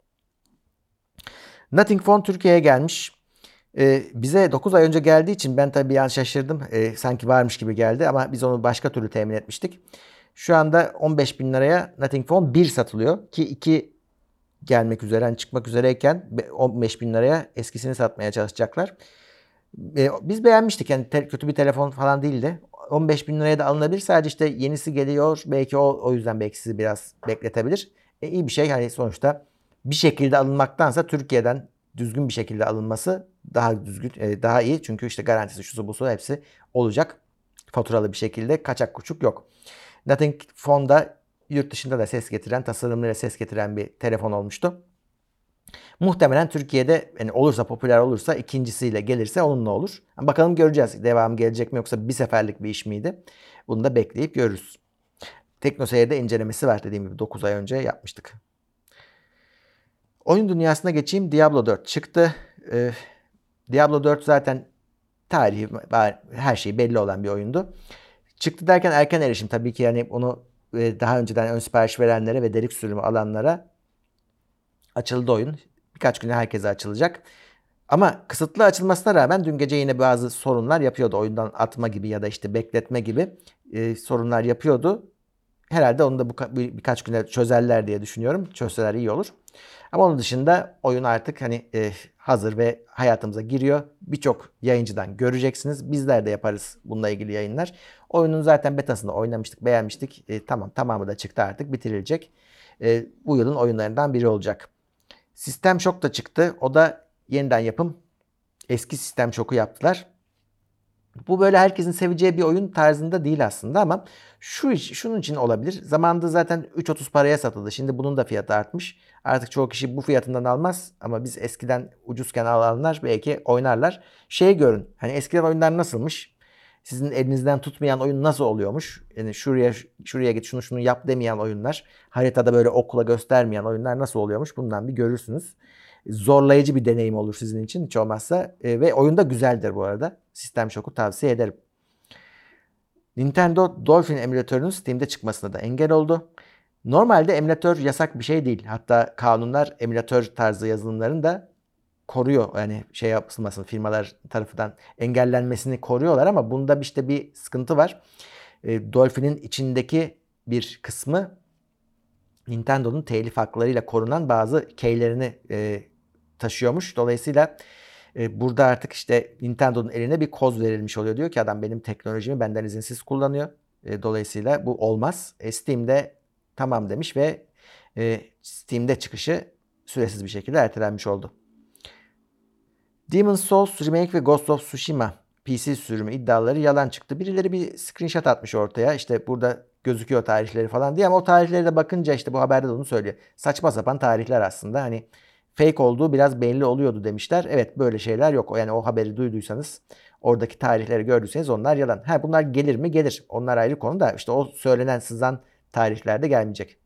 Nothing Phone Türkiye'ye gelmiş. Ee, bize dokuz ay önce geldiği için ben tabii bir an şaşırdım. Ee, sanki varmış gibi geldi ama biz onu başka türlü temin etmiştik. Şu anda on beş bin liraya Nothing Phone bir satılıyor. Ki iki gelmek üzere, yani çıkmak üzereyken on beş bin liraya eskisini satmaya çalışacaklar. Ee, biz beğenmiştik. Yani te- kötü bir telefon falan değildi. on beş bin liraya da alınabilir. Sadece işte yenisi geliyor. Belki o, o yüzden belki sizi biraz bekletebilir. E, iyi bir şey. Hani sonuçta bir şekilde alınmaktansa Türkiye'den düzgün bir şekilde alınması daha düzgün, e, daha iyi. Çünkü işte garantisi, şusu busu hepsi olacak. Faturalı bir şekilde, kaçak kuçuk yok. Nothing Phone'da yurt dışında da ses getiren, tasarımlarıyla ses getiren bir telefon olmuştu. Muhtemelen Türkiye'de yani olursa, popüler olursa, ikincisiyle gelirse onunla olur. Bakalım, göreceğiz. Devam gelecek mi yoksa bir seferlik bir iş miydi? Bunu da bekleyip görürüz. TeknoSeyir'de incelemesi var, dediğim gibi dokuz ay önce yapmıştık. Oyun dünyasına geçeyim. Diablo dört çıktı. Ee, Diablo dört zaten tarihi, her şey belli olan bir oyundu. Çıktı derken erken erişim tabii ki, yani onu daha önceden ön sipariş verenlere ve delik sürümü alanlara açıldı oyun. Birkaç güne herkese açılacak. Ama kısıtlı açılmasına rağmen dün gece yine bazı sorunlar yapıyordu. Oyundan atma gibi ya da işte bekletme gibi e, sorunlar yapıyordu. Herhalde onu da bu bir, birkaç güne çözerler diye düşünüyorum. Çözseler iyi olur. Ama onun dışında oyun artık hani e, hazır ve hayatımıza giriyor. Birçok yayıncıdan göreceksiniz. Bizler de yaparız bununla ilgili yayınlar. Oyunun zaten betasını oynamıştık, beğenmiştik. E, tamam, tamamı da çıktı, artık bitirilecek. E, bu yılın oyunlarından biri olacak. System Shock da çıktı. O da yeniden yapım. Eski System Shock'u yaptılar. Bu böyle herkesin seveceği bir oyun tarzında değil aslında ama şu iş, şunun için olabilir. Zamanında zaten üç otuz paraya satıldı. Şimdi bunun da fiyatı artmış. Artık çoğu kişi bu fiyatından almaz ama biz eskiden ucuzken alanlar belki oynarlar. Şey görün. Hani eskiden oyunlar nasılmış? Sizin elinizden tutmayan oyun nasıl oluyormuş? Yani şuraya şuraya git, şunu şunu yap demeyen oyunlar, haritada böyle okla göstermeyen oyunlar nasıl oluyormuş? Bundan bir görürsünüz. Zorlayıcı bir deneyim olur sizin için hiç olmazsa. E, ve oyun da güzeldir bu arada. System Shock'u tavsiye ederim. Nintendo Dolphin emülatörünün Steam'de çıkmasına da engel oldu. Normalde emülatör yasak bir şey değil. Hatta kanunlar emülatör tarzı yazılımların da koruyor. Yani şey yapılmasın, firmalar tarafından engellenmesini koruyorlar ama bunda işte bir sıkıntı var. E, Dolphin'in içindeki bir kısmı Nintendo'nun telif haklarıyla korunan bazı keylerini e, taşıyormuş. Dolayısıyla e, burada artık işte Nintendo'nun eline bir koz verilmiş oluyor. Diyor ki adam benim teknolojimi benden izinsiz kullanıyor. E, dolayısıyla bu olmaz. E, Steam'de tamam demiş ve e, Steam'de çıkışı süresiz bir şekilde ertelenmiş oldu. Demon's Souls Remake ve Ghost of Tsushima P C sürümü iddiaları yalan çıktı. Birileri bir screenshot atmış ortaya. İşte burada gözüküyor tarihleri falan diye ama o tarihlere de bakınca işte bu haberde de onu söylüyor. Saçma sapan tarihler aslında. Hani fake olduğu biraz belli oluyordu demişler. Evet, böyle şeyler yok. Yani o haberi duyduysanız, oradaki tarihleri gördüyseniz onlar yalan. Ha, bunlar gelir mi? Gelir. Onlar ayrı konu da işte o söylenen, sızan tarihlerde gelmeyecek.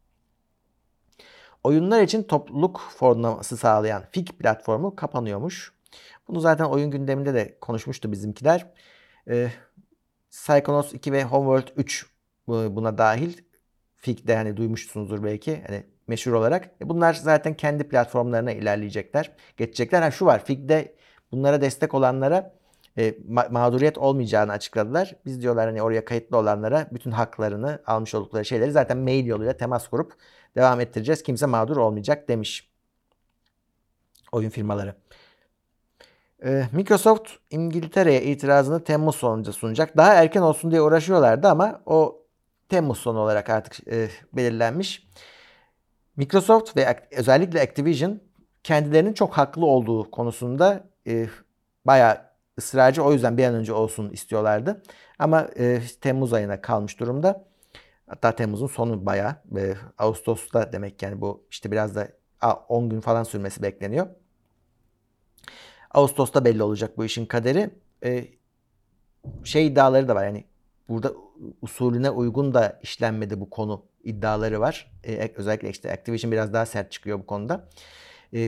Oyunlar için topluluk fonlaması sağlayan Fig platformu kapanıyormuş. Bunu zaten oyun gündeminde de konuşmuştu bizimkiler. Ee, Psychonauts iki ve Homeworld üç buna dahil. Fig'de hani duymuşsunuzdur belki, hani meşhur olarak. E bunlar zaten kendi platformlarına ilerleyecekler. Geçecekler. Ha, şu var, Fig'de bunlara destek olanlara e, ma- mağduriyet olmayacağını açıkladılar. Biz diyorlar hani oraya kayıtlı olanlara bütün haklarını, almış oldukları şeyleri zaten mail yoluyla temas kurup devam ettireceğiz. Kimse mağdur olmayacak demiş oyun firmaları. Microsoft İngiltere'ye itirazını Temmuz sonunda sunacak. Daha erken olsun diye uğraşıyorlardı ama o Temmuz sonu olarak artık e, belirlenmiş. Microsoft ve özellikle Activision kendilerinin çok haklı olduğu konusunda e, bayağı ısrarcı. O yüzden bir an önce olsun istiyorlardı. Ama e, Temmuz ayına kalmış durumda. Hatta Temmuz'un sonu bayağı. E, Ağustos'ta demek, yani bu işte biraz da on gün falan sürmesi bekleniyor. Ağustos'ta belli olacak bu işin kaderi. Ee, şey iddiaları da var, yani burada usulüne uygun da işlenmedi bu konu iddiaları var. Ee, özellikle işte Activision biraz daha sert çıkıyor bu konuda. Ee,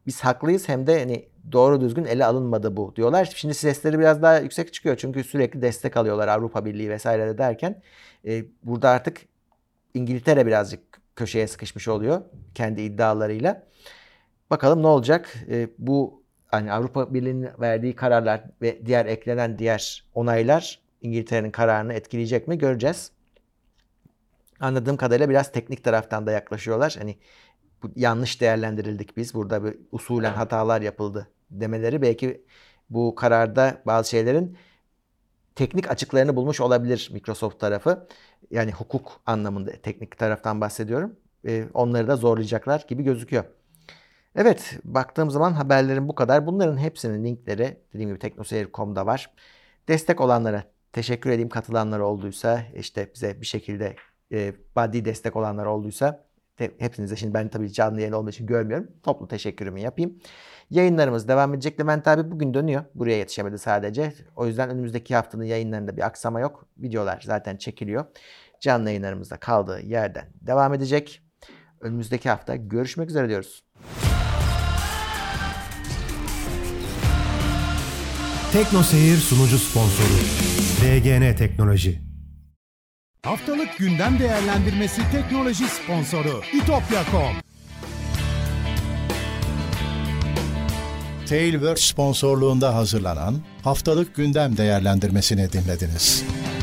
biz haklıyız hem de hani doğru düzgün ele alınmadı bu diyorlar. Şimdi sesleri biraz daha yüksek çıkıyor çünkü sürekli destek alıyorlar Avrupa Birliği vesaire de derken e, burada artık İngiltere birazcık köşeye sıkışmış oluyor kendi iddialarıyla. Bakalım ne olacak? E, bu hani Avrupa Birliği'nin verdiği kararlar ve diğer eklenen diğer onaylar İngiltere'nin kararını etkileyecek mi göreceğiz. Anladığım kadarıyla biraz teknik taraftan da yaklaşıyorlar. Hani bu yanlış değerlendirildik biz. Burada bir usulen hatalar yapıldı demeleri belki bu kararda bazı şeylerin teknik açıklarını bulmuş olabilir Microsoft tarafı. Yani hukuk anlamında teknik taraftan bahsediyorum. Ee, onları da zorlayacaklar gibi gözüküyor. Evet, baktığım zaman haberlerin bu kadar. Bunların hepsinin linkleri dediğim gibi teknoseyir nokta com'da var. Destek olanlara teşekkür edeyim. Katılanlar olduysa, işte bize bir şekilde e, maddi destek olanlar olduysa te, hepinize şimdi ben tabii canlı yayın olduğu için görmüyorum. Toplu teşekkürümü yapayım. Yayınlarımız devam edecek. Levent abi bugün dönüyor. Buraya yetişemedi sadece. O yüzden önümüzdeki haftanın yayınlarında bir aksama yok. Videolar zaten çekiliyor. Canlı yayınlarımızda kaldığı yerden devam edecek. Önümüzdeki hafta görüşmek üzere diyoruz. TeknoSeyir sunucu sponsoru D G N Teknoloji. Haftalık gündem değerlendirmesi teknoloji sponsoru itopya nokta com. Tailwords sponsorluğunda hazırlanan haftalık gündem değerlendirmesini dinlediniz.